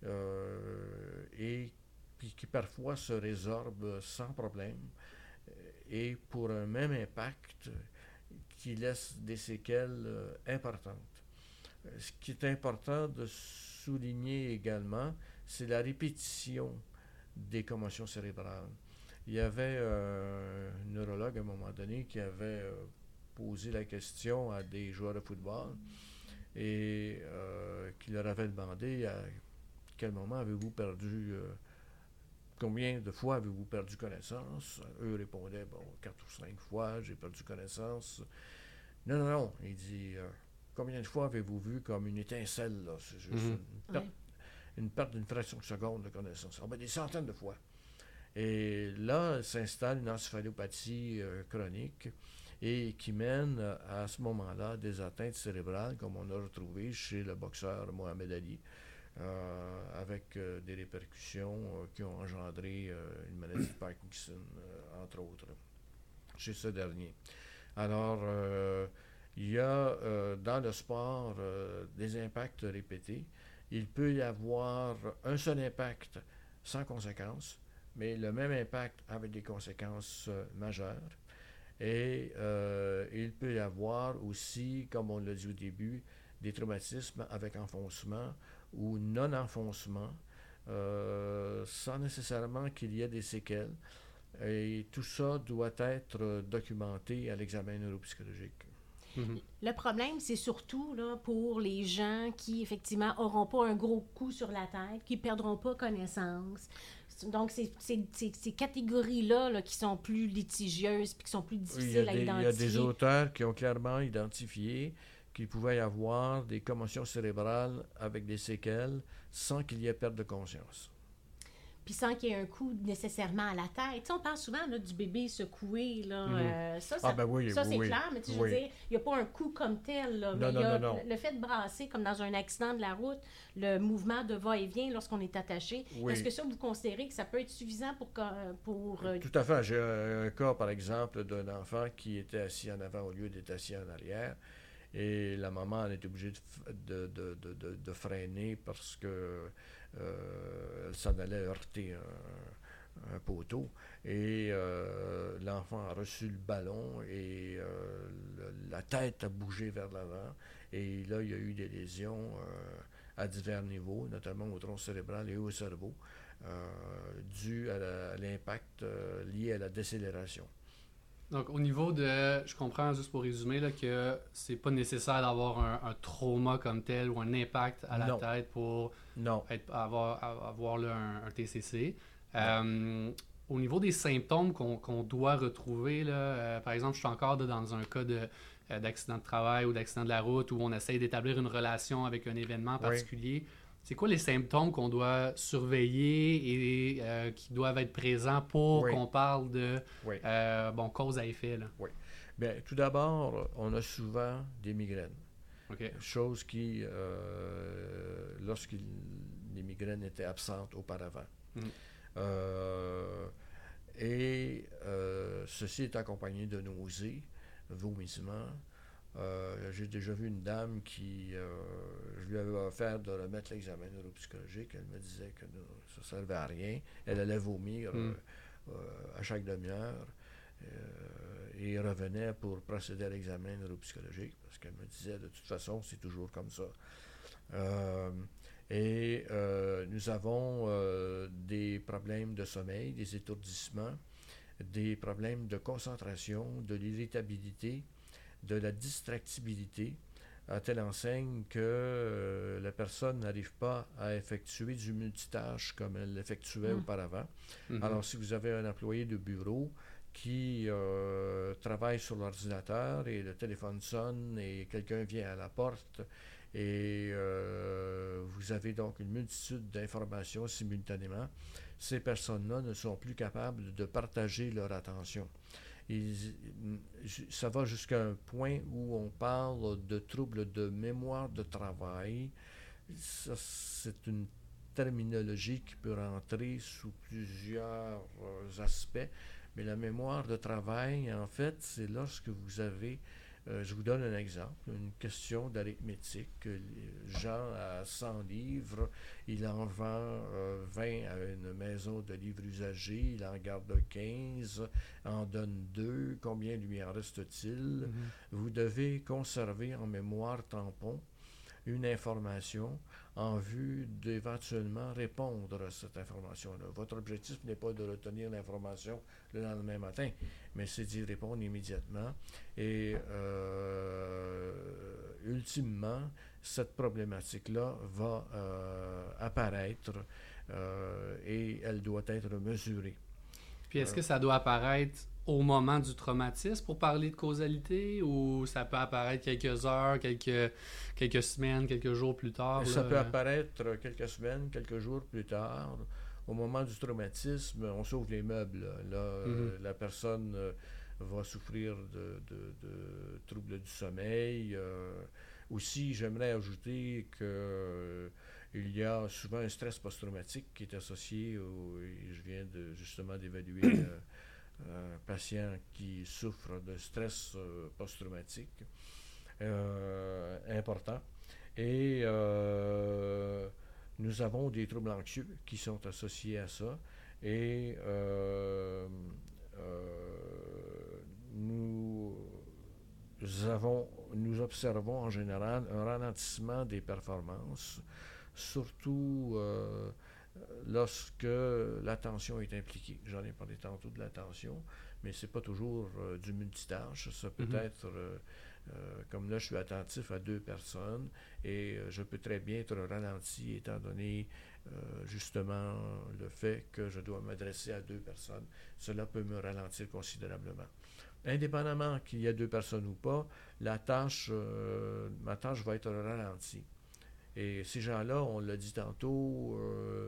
et qui parfois se résorbent sans problème et pour un même impact qui laisse des séquelles importantes. Ce qui est important de souligner également, c'est la répétition des commotions cérébrales. Il y avait un neurologue à un moment donné qui avait posé la question à des joueurs de football et qui leur avait demandé à quel moment avez-vous perdu, combien de fois avez-vous perdu connaissance? Eux répondaient, 4 ou 5 fois, j'ai perdu connaissance. Non, il dit, combien de fois avez-vous vu comme une étincelle, là? C'est juste une perte d'une fraction de seconde de connaissance. Des centaines de fois. Et là, s'installe une encéphalopathie chronique et qui mène à ce moment-là des atteintes cérébrales comme on a retrouvé chez le boxeur Mohamed Ali, avec des répercussions qui ont engendré une maladie de Parkinson, entre autres, chez ce dernier. Alors, il y a dans le sport des impacts répétés. Il peut y avoir un seul impact sans conséquences, mais le même impact avec des conséquences majeures. Et il peut y avoir aussi, comme on l'a dit au début, des traumatismes avec enfoncement ou non-enfoncement, sans nécessairement qu'il y ait des séquelles. Et tout ça doit être documenté à l'examen neuropsychologique. Mm-hmm. Le problème, c'est surtout là, pour les gens qui, effectivement, n'auront pas un gros coup sur la tête, qui ne perdront pas connaissance. Donc, c'est ces catégories-là là, qui sont plus litigieuses et qui sont plus difficiles à identifier. Il y a des auteurs qui ont clairement identifié qu'il pouvait y avoir des commotions cérébrales avec des séquelles sans qu'il y ait perte de conscience. Puis sans qu'il y ait un coup nécessairement à la tête. Tu sais, on parle souvent là, du bébé secoué. Là, ça c'est clair, mais je veux dire, il n'y a pas un coup comme tel. Là, mais non. Le fait de brasser, comme dans un accident de la route, le mouvement de va-et-vient lorsqu'on est attaché, est-ce que ça, vous considérez que ça peut être suffisant pour Tout à fait. J'ai un cas, par exemple, d'un enfant qui était assis en avant au lieu d'être assis en arrière. Et la maman elle était obligée de freiner parce que elle s'en allait heurter un poteau. Et l'enfant a reçu le ballon et la tête a bougé vers l'avant. Et là, il y a eu des lésions à divers niveaux, notamment au tronc cérébral et au cerveau, dues à l'impact lié à la décélération. Donc, au niveau de... Je comprends, juste pour résumer, là, que c'est pas nécessaire d'avoir un trauma comme tel ou un impact à la tête pour avoir là, un TCC. Au niveau des symptômes qu'on doit retrouver, là, par exemple, je suis encore dans un cas d'accident de travail ou d'accident de la route où on essaye d'établir une relation avec un événement particulier. C'est quoi les symptômes qu'on doit surveiller et qui doivent être présents pour qu'on parle de cause à effet? Là? Oui. Bien, tout d'abord, on a souvent des migraines. Chose qui, lorsque les migraines étaient absentes auparavant. Ceci est accompagné de nausées, vomissements. J'ai déjà vu une dame qui, je lui avais offert de remettre l'examen neuropsychologique. Elle me disait que ça ne servait à rien. Elle allait vomir à chaque demi-heure et revenait pour procéder à l'examen neuropsychologique parce qu'elle me disait de toute façon, c'est toujours comme ça. Nous avons des problèmes de sommeil, des étourdissements, des problèmes de concentration, de l'irritabilité, de la distractibilité, à telle enseigne que la personne n'arrive pas à effectuer du multitâche comme elle l'effectuait auparavant. Alors, si vous avez un employé de bureau qui travaille sur l'ordinateur et le téléphone sonne et quelqu'un vient à la porte et vous avez donc une multitude d'informations simultanément, ces personnes-là ne sont plus capables de partager leur attention. Ça va jusqu'à un point où on parle de troubles de mémoire de travail. Ça, c'est une terminologie qui peut rentrer sous plusieurs aspects, mais la mémoire de travail, en fait, c'est lorsque vous avez, je vous donne un exemple, une question d'arithmétique. Jean a 100 livres, il en vend 20 à une maison de livres usagés, il en garde 15, en donne 2, combien lui en reste-t-il? Vous devez conserver en mémoire tampon une information en vue d'éventuellement répondre à cette information-là. Votre objectif n'est pas de retenir l'information le lendemain matin, mais c'est d'y répondre immédiatement. Et ultimement, cette problématique-là va apparaître et elle doit être mesurée. Puis est-ce que ça doit apparaître au moment du traumatisme pour parler de causalité ou ça peut apparaître quelques heures, quelques semaines, quelques jours plus tard? Ça peut apparaître quelques semaines, quelques jours plus tard. Au moment du traumatisme, on sauve les meubles. Là, la personne va souffrir de troubles du sommeil. Aussi, j'aimerais ajouter qu'il y a souvent un stress post-traumatique qui est associé je viens justement d'évaluer un patient qui souffre de stress post-traumatique important. Et nous avons des troubles anxieux qui sont associés à ça. Et nous observons en général un ralentissement des performances, surtout lorsque l'attention est impliquée. J'en ai parlé tantôt de l'attention, mais c'est pas toujours du multitâche. Ça peut être, comme là, je suis attentif à 2 personnes et je peux très bien être ralenti étant donné justement le fait que je dois m'adresser à 2 personnes. Cela peut me ralentir considérablement. Indépendamment qu'il y ait 2 personnes ou pas, ma tâche va être ralentie. Et ces gens-là, on l'a dit tantôt,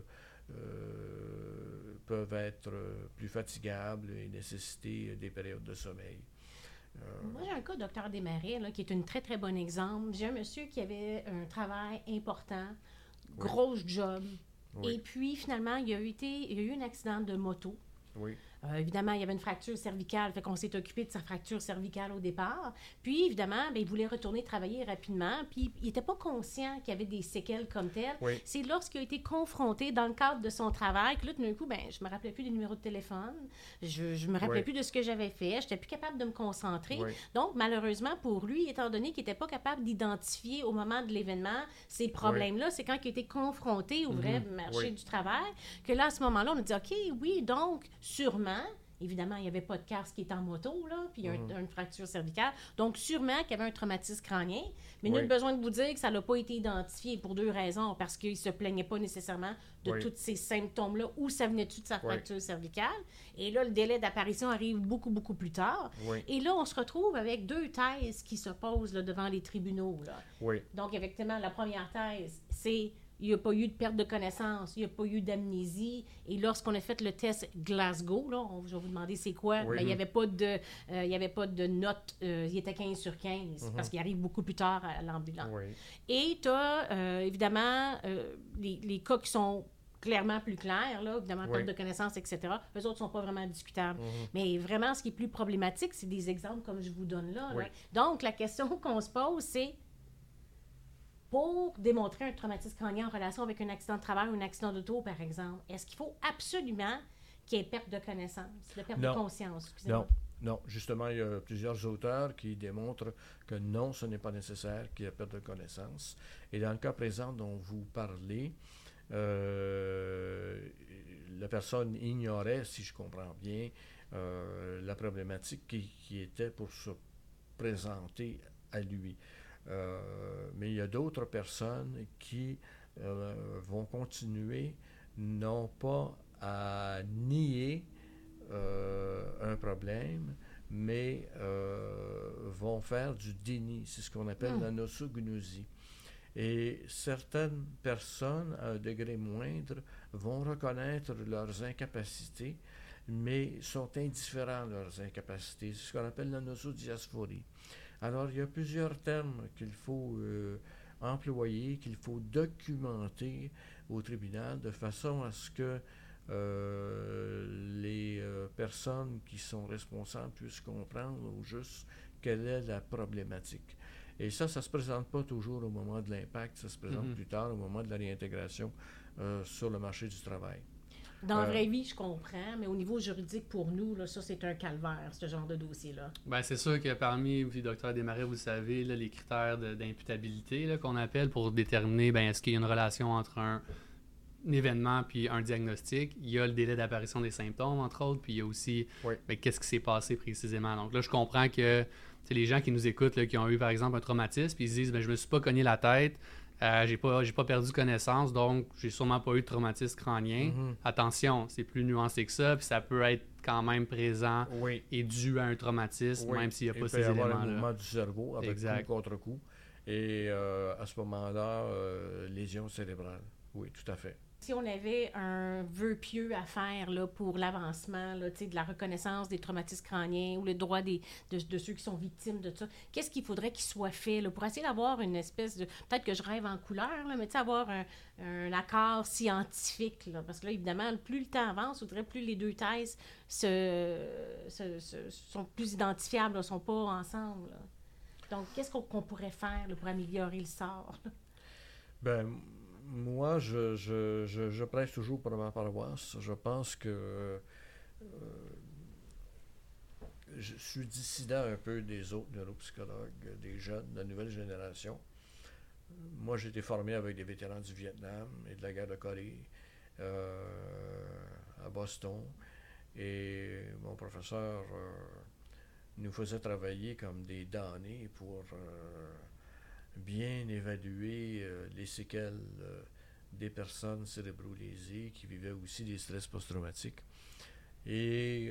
peuvent être plus fatigables et nécessiter des périodes de sommeil. Moi, j'ai un cas, Dr Desmarais, là, qui est un très, très bon exemple. J'ai un monsieur qui avait un travail important, grosse job, et puis finalement, il y a eu un accident de moto. Oui. Évidemment, il y avait une fracture cervicale, fait qu'on s'est occupé de sa fracture cervicale au départ. Puis, évidemment, il voulait retourner travailler rapidement, puis il n'était pas conscient qu'il y avait des séquelles comme telles. Oui. C'est lorsqu'il a été confronté dans le cadre de son travail que là, tout d'un coup, je me rappelais plus des numéros de téléphone, je me rappelais plus de ce que j'avais fait, je n'étais plus capable de me concentrer. Oui. Donc, malheureusement, pour lui, étant donné qu'il n'était pas capable d'identifier au moment de l'événement ces problèmes-là, c'est quand il a été confronté au vrai marché du travail que là, à ce moment-là, on a dit, OK, oui, donc, sûrement, évidemment, il n'y avait pas de casque qui était en moto, là, puis il y a une fracture cervicale. Donc, sûrement qu'il y avait un traumatisme crânien. Mais nul besoin de vous dire que ça n'a pas été identifié pour 2 raisons. Parce qu'il ne se plaignait pas nécessairement de tous ces symptômes-là, où ça venait-tu de sa fracture cervicale. Et là, le délai d'apparition arrive beaucoup, beaucoup plus tard. Et là, on se retrouve avec 2 thèses qui se posent là, devant les tribunaux. Là. Donc, effectivement, la première thèse, c'est il n'y a pas eu de perte de connaissance, il n'y a pas eu d'amnésie. Et lorsqu'on a fait le test Glasgow, là, je vais vous demander c'est quoi, il n'y avait pas de note, il était 15 sur 15, parce qu'il arrive beaucoup plus tard à l'ambulance. Et tu as, évidemment, les cas qui sont clairement plus clairs, là, évidemment, perte de connaissance, etc. Eux autres ne sont pas vraiment discutables. Mais vraiment, ce qui est plus problématique, c'est des exemples comme je vous donne là. Donc, la question qu'on se pose, c'est pour démontrer un traumatisme crânien en relation avec un accident de travail ou un accident d'auto, par exemple, est-ce qu'il faut absolument qu'il y ait perte de connaissance, de perte de conscience? Excusez-moi. Non. Justement, il y a plusieurs auteurs qui démontrent que non, ce n'est pas nécessaire qu'il y ait perte de connaissance. Et dans le cas présent dont vous parlez, la personne ignorait, si je comprends bien, la problématique qui était pour se présenter à lui. Mais il y a d'autres personnes qui vont continuer, non pas à nier un problème, mais vont faire du déni. C'est ce qu'on appelle la nosognosie. Et certaines personnes, à un degré moindre, vont reconnaître leurs incapacités, mais sont indifférents à leurs incapacités. C'est ce qu'on appelle la nosodiasphorie. Alors, il y a plusieurs termes qu'il faut employer, qu'il faut documenter au tribunal de façon à ce que les personnes qui sont responsables puissent comprendre au juste quelle est la problématique. Et ça ne se présente pas toujours au moment de l'impact, ça se présente plus tard, au moment de la réintégration sur le marché du travail. Dans la vraie vie, je comprends, mais au niveau juridique, pour nous, là, ça, c'est un calvaire, ce genre de dossier-là. Bien, c'est sûr que parmi, puis Dr Desmarais, vous le savez, là, les critères d'imputabilité là, qu'on appelle pour déterminer est-ce qu'il y a une relation entre un événement puis un diagnostic, il y a le délai d'apparition des symptômes, entre autres, puis il y a aussi qu'est-ce qui s'est passé précisément. Donc là, je comprends que les gens qui nous écoutent, là, qui ont eu, par exemple, un traumatisme, puis ils se disent je me suis pas cogné la tête, j'ai pas perdu connaissance, donc j'ai sûrement pas eu de traumatisme crânien. Attention, c'est plus nuancé que ça, puis ça peut être quand même présent et dû à un traumatisme, même s'il n'y a pas ces éléments-là. Il peut y avoir un mouvement du cerveau avec coup contre coup, et à ce moment-là, lésion cérébrale. Oui, tout à fait. Si on avait un vœu pieux à faire là, pour l'avancement là, de la reconnaissance des traumatismes crâniens ou le droit de ceux qui sont victimes de ça, qu'est-ce qu'il faudrait qu'il soit fait là, pour essayer d'avoir une espèce de... Peut-être que je rêve en couleur, là, mais avoir un accord scientifique. Là, parce que là, évidemment, plus le temps avance, plus les deux thèses sont plus identifiables, ne sont pas ensemble. Là. Donc, qu'est-ce qu'on pourrait faire là, pour améliorer le sort? Ben, moi, je prêche toujours pour ma paroisse. Je pense que je suis dissident un peu des autres neuropsychologues, des jeunes, de la nouvelle génération. Moi, j'ai été formé avec des vétérans du Vietnam et de la guerre de Corée à Boston. Et mon professeur nous faisait travailler comme des damnés pour bien évaluer les séquelles des personnes cérébro-lésées qui vivaient aussi des stress post-traumatiques. Et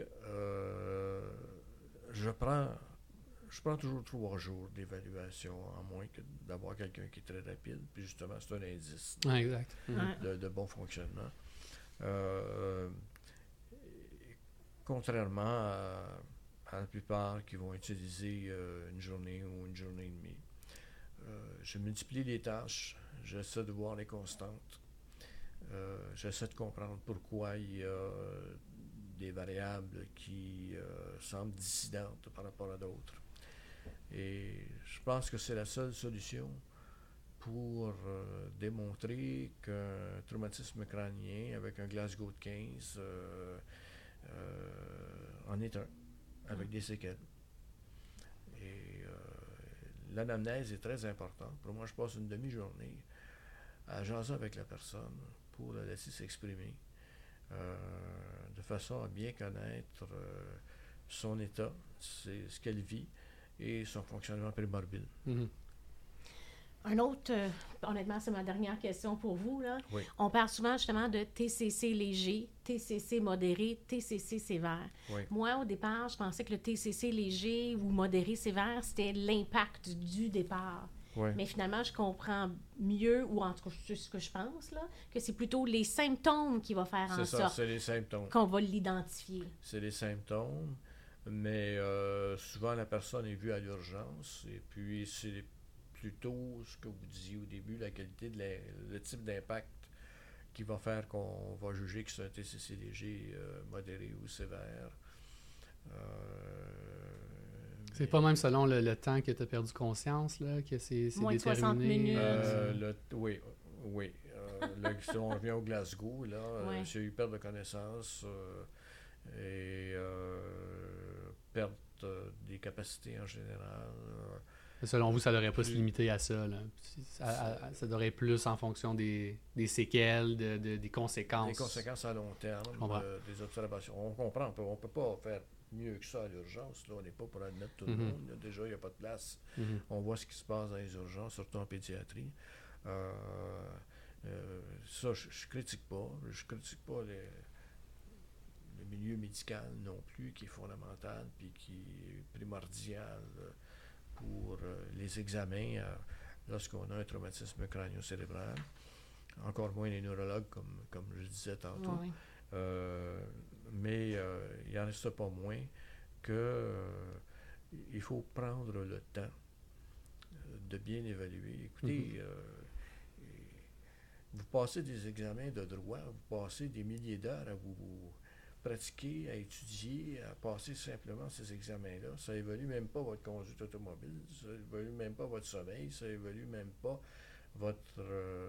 je prends toujours 3 jours d'évaluation, à moins que d'avoir quelqu'un qui est très rapide. Puis justement, c'est un indice exact. de bon fonctionnement. Contrairement à la plupart qui vont utiliser une journée ou une journée et demie. Je multiplie les tâches, j'essaie de voir les constantes, j'essaie de comprendre pourquoi il y a des variables qui semblent dissidentes par rapport à d'autres. Et je pense que c'est la seule solution pour démontrer qu'un traumatisme crânien avec un Glasgow de 15 en est un, avec des séquelles. Et l'anamnèse est très importante. Pour moi, je passe une demi-journée à jaser avec la personne pour la laisser s'exprimer, de façon à bien connaître son état, ce qu'elle vit et son fonctionnement prémorbide. Mm-hmm. Un autre, honnêtement, c'est ma dernière question pour vous. Là. Oui. On parle souvent justement de TCC léger, TCC modéré, TCC sévère. Oui. Moi, au départ, je pensais que le TCC léger ou modéré sévère, c'était l'impact du départ. Oui. Mais finalement, je comprends mieux, ou en tout cas, c'est ce que je pense, là, que c'est plutôt les symptômes qui vont faire en sorte c'est les symptômes. Qu'on va l'identifier. C'est les symptômes, mais souvent la personne est vue à l'urgence, et puis c'est plutôt ce que vous disiez au début, la qualité, le type d'impact qui va faire qu'on va juger que c'est un TCC léger, modéré ou sévère. C'est pas même selon le temps que tu as perdu conscience, là, que c'est moins de déterminé. 60 minutes. Oui. Si on revient au Glasgow, là, ouais. J'ai eu perte de connaissance et perte des capacités en général. Selon vous, ça ne devrait pas se limiter à ça. Là. Ça devrait être plus en fonction des séquelles, des conséquences. Des conséquences à long terme, des observations. On comprend, on peut pas faire mieux que ça à l'urgence. Là, on n'est pas pour admettre tout le monde. Là, déjà, il n'y a pas de place. On voit ce qui se passe dans les urgences, surtout en pédiatrie. Ça, je critique pas. Je critique pas le milieu médical non plus, qui est fondamental puis qui est primordial pour les examens lorsqu'on a un traumatisme crânio-cérébral. Encore moins les neurologues, comme je disais tantôt. Oui. Mais il n'en reste pas moins qu'il faut prendre le temps de bien évaluer. Écoutez, vous passez des examens de droit, vous passez des milliers d'heures à vous pratiquer, à étudier, à passer simplement ces examens-là. Ça évalue même pas votre conduite automobile, ça évalue même pas votre sommeil, ça évalue même pas votre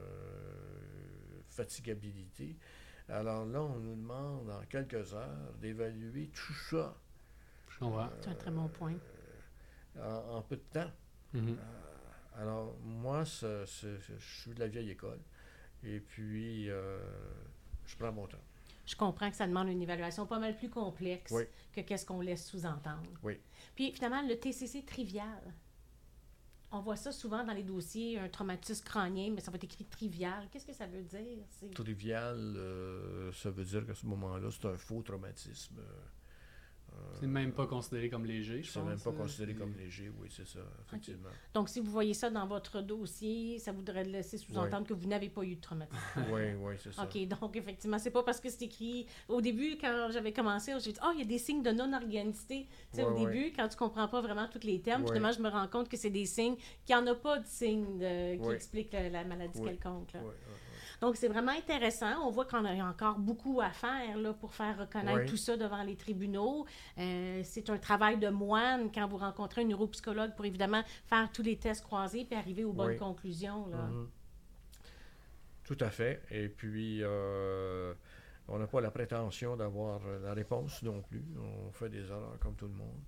fatigabilité. Alors là, on nous demande en quelques heures d'évaluer tout ça. Je comprends. C'est un très bon point. En peu de temps. Alors, moi, je suis de la vieille école. Et puis, je prends mon temps. Je comprends que ça demande une évaluation pas mal plus complexe oui. que qu'est-ce qu'on laisse sous-entendre. Oui. Puis, finalement, le TCC trivial. On voit ça souvent dans les dossiers, un traumatisme crânien, mais ça va être écrit trivial. Qu'est-ce que ça veut dire? Trivial, ça veut dire qu'à ce moment-là, c'est un faux traumatisme. C'est même pas considéré comme léger, je pense. C'est même pas considéré comme léger, oui, c'est ça, effectivement. Okay. Donc, si vous voyez ça dans votre dossier, ça voudrait laisser sous-entendre que vous n'avez pas eu de traumatisme. Oui, c'est ça. OK, donc effectivement, c'est pas parce que c'est écrit... Au début, quand j'avais commencé, j'ai dit « il y a des signes de non-organicité. » Tu sais, au début, quand tu comprends pas vraiment tous les termes, finalement, je me rends compte que c'est des signes, qu'il n'y en a pas de signes qui expliquent la maladie quelconque. Là. Donc, c'est vraiment intéressant. On voit qu'on a encore beaucoup à faire là, pour faire reconnaître tout ça devant les tribunaux. C'est un travail de moine quand vous rencontrez un neuropsychologue pour évidemment faire tous les tests croisés puis arriver aux bonnes conclusions. Là. Tout à fait. Et puis, on n'a pas la prétention d'avoir la réponse non plus. On fait des erreurs comme tout le monde.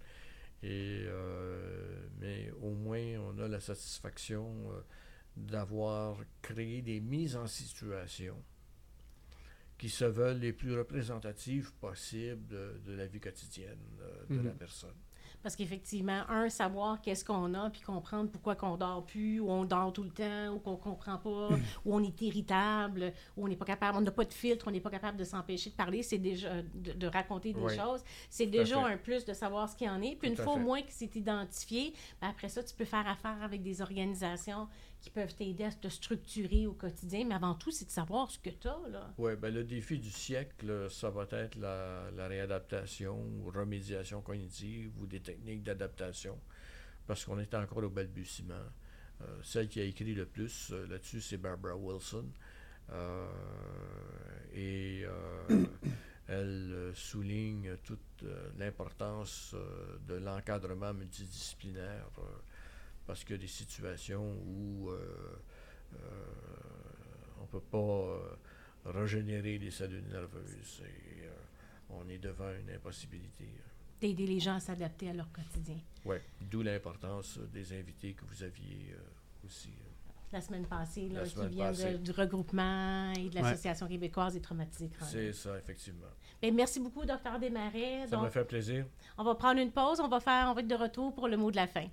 Mais au moins, on a la satisfaction d'avoir créé des mises en situation qui se veulent les plus représentatives possibles de la vie quotidienne de la personne. Parce qu'effectivement, savoir qu'est-ce qu'on a, puis comprendre pourquoi qu'on dort plus, ou on dort tout le temps, ou qu'on comprend pas, ou on est irritable, ou on n'est pas capable, on n'a pas de filtre, on n'est pas capable de s'empêcher de parler, c'est déjà de raconter des choses. C'est déjà un plus de savoir ce qu'il y en est. Puis une fois au moins que c'est identifié, après ça, tu peux faire affaire avec des organisations qui peuvent t'aider à te structurer au quotidien, mais avant tout, c'est de savoir ce que tu as, là. Oui, bien, le défi du siècle, ça va être la réadaptation ou remédiation cognitive ou des techniques d'adaptation, parce qu'on est encore au balbutiement. Celle qui a écrit le plus là-dessus, c'est Barbara Wilson. Elle souligne toute l'importance de l'encadrement multidisciplinaire, parce qu'il y a des situations où on ne peut pas régénérer les cellules nerveuses et on est devant une impossibilité. D'aider les gens à s'adapter à leur quotidien. Oui, d'où l'importance des invités que vous aviez aussi. La semaine passée, là, qui viennent du regroupement et de l'Association québécoise des traumatisés crâniens. C'est ça, effectivement. Bien, merci beaucoup, Dr. Desmarais. Ça m'a fait plaisir. On va prendre une pause. On va être de retour pour le mot de la fin.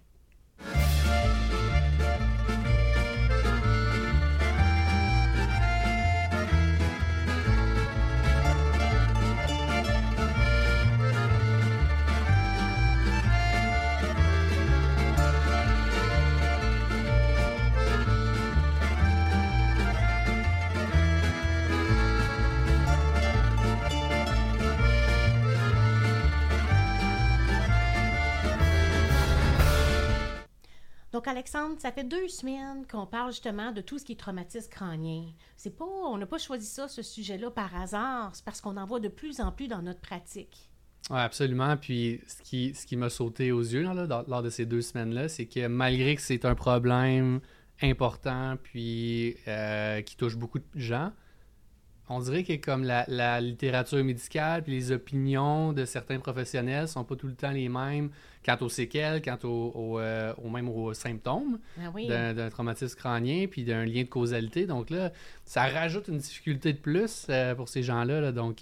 Donc, Alexandre, ça fait 2 semaines qu'on parle justement de tout ce qui est traumatisme crânien. On n'a pas choisi ça, ce sujet-là, par hasard. C'est parce qu'on en voit de plus en plus dans notre pratique. Oui, absolument. Puis, ce qui m'a sauté aux yeux lors de ces 2 semaines-là, c'est que malgré que c'est un problème important puis qui touche beaucoup de gens, on dirait que comme la littérature médicale puis les opinions de certains professionnels sont pas tout le temps les mêmes quant aux séquelles, quant même aux symptômes d'un traumatisme crânien puis d'un lien de causalité. Donc là, ça rajoute une difficulté de plus pour ces gens-là. Là. Donc,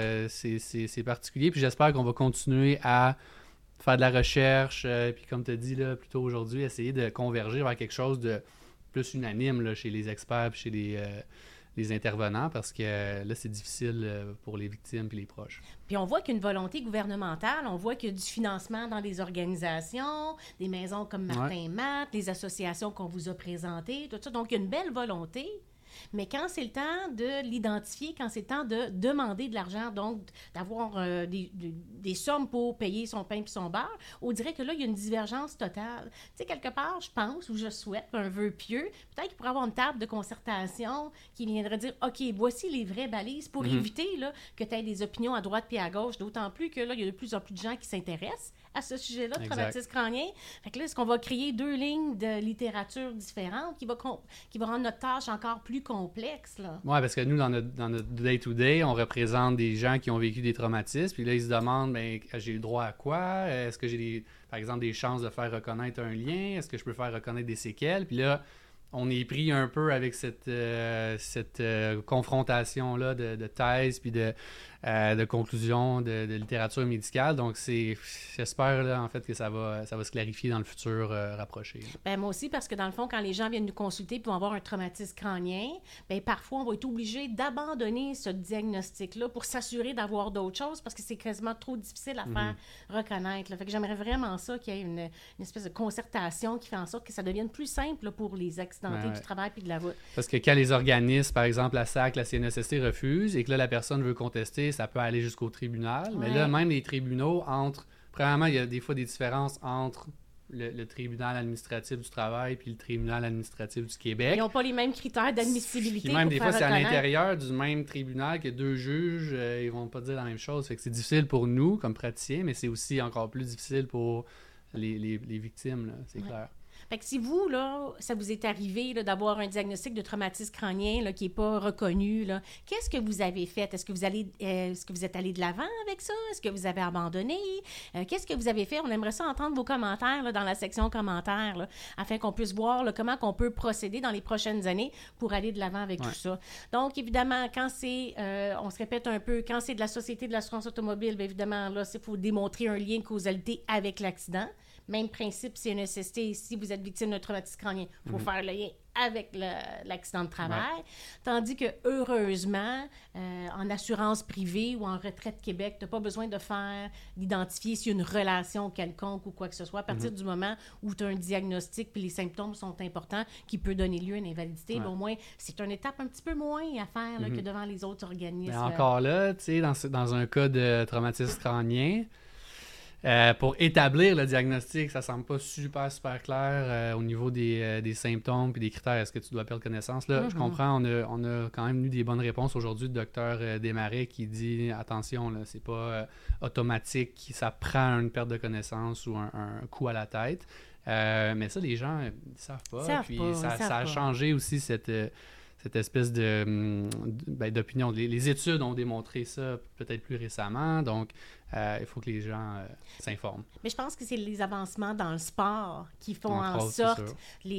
c'est particulier. Puis j'espère qu'on va continuer à faire de la recherche puis comme tu as dit là, plus tôt aujourd'hui, essayer de converger vers quelque chose de plus unanime là, chez les experts puis chez les intervenants, parce que là, c'est difficile pour les victimes et les proches. Puis on voit qu'il y a une volonté gouvernementale, on voit qu'il y a du financement dans les organisations, des maisons comme Martin et Matt, les associations qu'on vous a présentées, tout ça. Donc, il y a une belle volonté. Mais quand c'est le temps de l'identifier, quand c'est le temps de demander de l'argent, donc d'avoir des sommes pour payer son pain et son beurre, on dirait que là, il y a une divergence totale. Tu sais, quelque part, je pense, ou je souhaite, un vœu pieux, peut-être qu'il pourrait y avoir une table de concertation qui viendrait dire, OK, voici les vraies balises pour éviter là, que tu aies des opinions à droite puis à gauche, d'autant plus que là, il y a de plus en plus de gens qui s'intéressent à ce sujet-là, de traumatisme crânien. Fait que là, est-ce qu'on va créer 2 lignes de littérature différentes qui va rendre notre tâche encore plus complexe, là? Oui, parce que nous, dans notre day-to-day, on représente des gens qui ont vécu des traumatismes, puis là, ils se demandent, bien, j'ai le droit à quoi? Est-ce que j'ai, par exemple, des chances de faire reconnaître un lien? Est-ce que je peux faire reconnaître des séquelles? Puis là, on est pris un peu avec cette confrontation-là de thèse puis de de conclusions de littérature médicale. Donc, j'espère là, en fait que ça va se clarifier dans le futur rapproché. Ben, moi aussi, parce que dans le fond, quand les gens viennent nous consulter et vont avoir un traumatisme crânien, ben, parfois, on va être obligé d'abandonner ce diagnostic-là pour s'assurer d'avoir d'autres choses parce que c'est quasiment trop difficile à faire reconnaître. Là. Fait que j'aimerais vraiment ça qu'il y ait une espèce de concertation qui fait en sorte que ça devienne plus simple là, pour les accidentés du travail puis de la route. Parce que quand les organismes, par exemple la SAC, la CNESST refusent et que là, la personne veut contester, ça peut aller jusqu'au tribunal. Mais là, même les tribunaux, premièrement, il y a des fois des différences entre le tribunal administratif du travail puis le tribunal administratif du Québec. Ils n'ont pas les mêmes critères d'admissibilité. Puis même pour des faire fois, c'est à reconnaître. l'intérieur du même tribunal que deux juges, ils vont pas dire la même chose. Fait que c'est difficile pour nous, comme praticiens, mais c'est aussi encore plus difficile pour les victimes, là, c'est clair. Fait que si vous, là, ça vous est arrivé là, d'avoir un diagnostic de traumatisme crânien là, qui n'est pas reconnu, là, qu'est-ce que vous avez fait? Est-ce que vous êtes allé de l'avant avec ça? Est-ce que vous avez abandonné? Qu'est-ce que vous avez fait? On aimerait ça entendre vos commentaires là, dans la section commentaires, là, afin qu'on puisse voir là, comment on peut procéder dans les prochaines années pour aller de l'avant avec tout ça. Donc, évidemment, quand c'est, on se répète un peu, quand c'est de la Société de l'assurance automobile, bien évidemment, là, il faut démontrer un lien de causalité avec l'accident. Même principe, c'est une SST. Si vous êtes victime d'un traumatisme crânien, il faut faire le lien avec l'accident de travail. Ouais. Tandis que, heureusement, en assurance privée ou en retraite Québec, tu n'as pas besoin d'identifier s'il y a une relation quelconque ou quoi que ce soit. À partir du moment où tu as un diagnostic puis les symptômes sont importants, qui peut donner lieu à une invalidité, ben, au moins, c'est une étape un petit peu moins à faire là, que devant les autres organismes. Mais encore là, tu sais, dans un cas de traumatisme crânien, pour établir le diagnostic, ça semble pas super clair au niveau des symptômes et des critères. Est-ce que tu dois perdre connaissance? Là, je comprends, on a quand même eu des bonnes réponses aujourd'hui. Le docteur Desmarais qui dit, attention, là, c'est pas automatique, ça prend une perte de connaissance ou un coup à la tête. Mais ça, les gens ne savent pas. Ça a changé aussi cette espèce d'opinion. Les études ont démontré ça peut-être plus récemment, donc il faut que les gens s'informent. Mais je pense que c'est les avancements dans le sport qui font en sorte,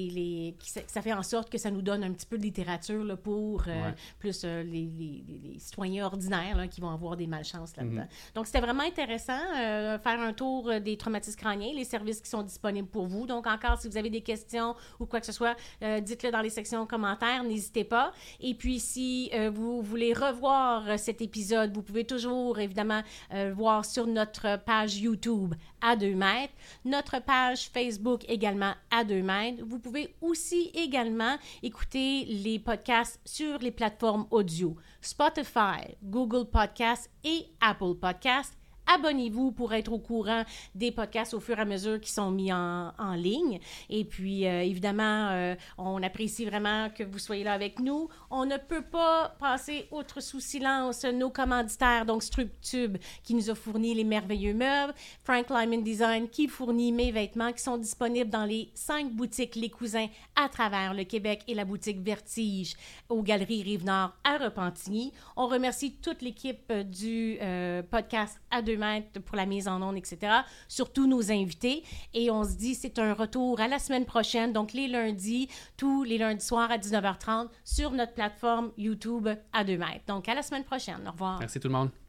ça fait en sorte que ça nous donne un petit peu de littérature là, pour plus les citoyens ordinaires là, qui vont avoir des malchances là-dedans. Donc, c'était vraiment intéressant faire un tour des traumatismes crâniens, les services qui sont disponibles pour vous. Donc, encore, si vous avez des questions ou quoi que ce soit, dites-le dans les sections commentaires, n'hésitez pas. Et puis, si vous voulez revoir cet épisode, vous pouvez toujours, évidemment, voir sur notre page YouTube à 2 mètres, notre page Facebook également à 2 mètres. Vous pouvez aussi également écouter les podcasts sur les plateformes audio, Spotify, Google Podcasts et Apple Podcasts. Abonnez-vous pour être au courant des podcasts au fur et à mesure qui sont mis en ligne. Et puis, évidemment, on apprécie vraiment que vous soyez là avec nous. On ne peut pas passer outre sous silence nos commanditaires, donc Structube, qui nous a fourni les merveilleux meubles, Frank Lyman Design, qui fournit mes vêtements, qui sont disponibles dans les 5 boutiques Les Cousins à travers le Québec et la boutique Vertige aux Galeries Rive-Nord à Repentigny. On remercie toute l'équipe du podcast à 2 mètres pour la mise en onde, etc. Surtout nos invités. Et on se dit, c'est un retour à la semaine prochaine, donc les lundis, tous les lundis soirs à 19h30 sur notre plateforme YouTube à 2 mètres. Donc, à la semaine prochaine. Au revoir. Merci tout le monde.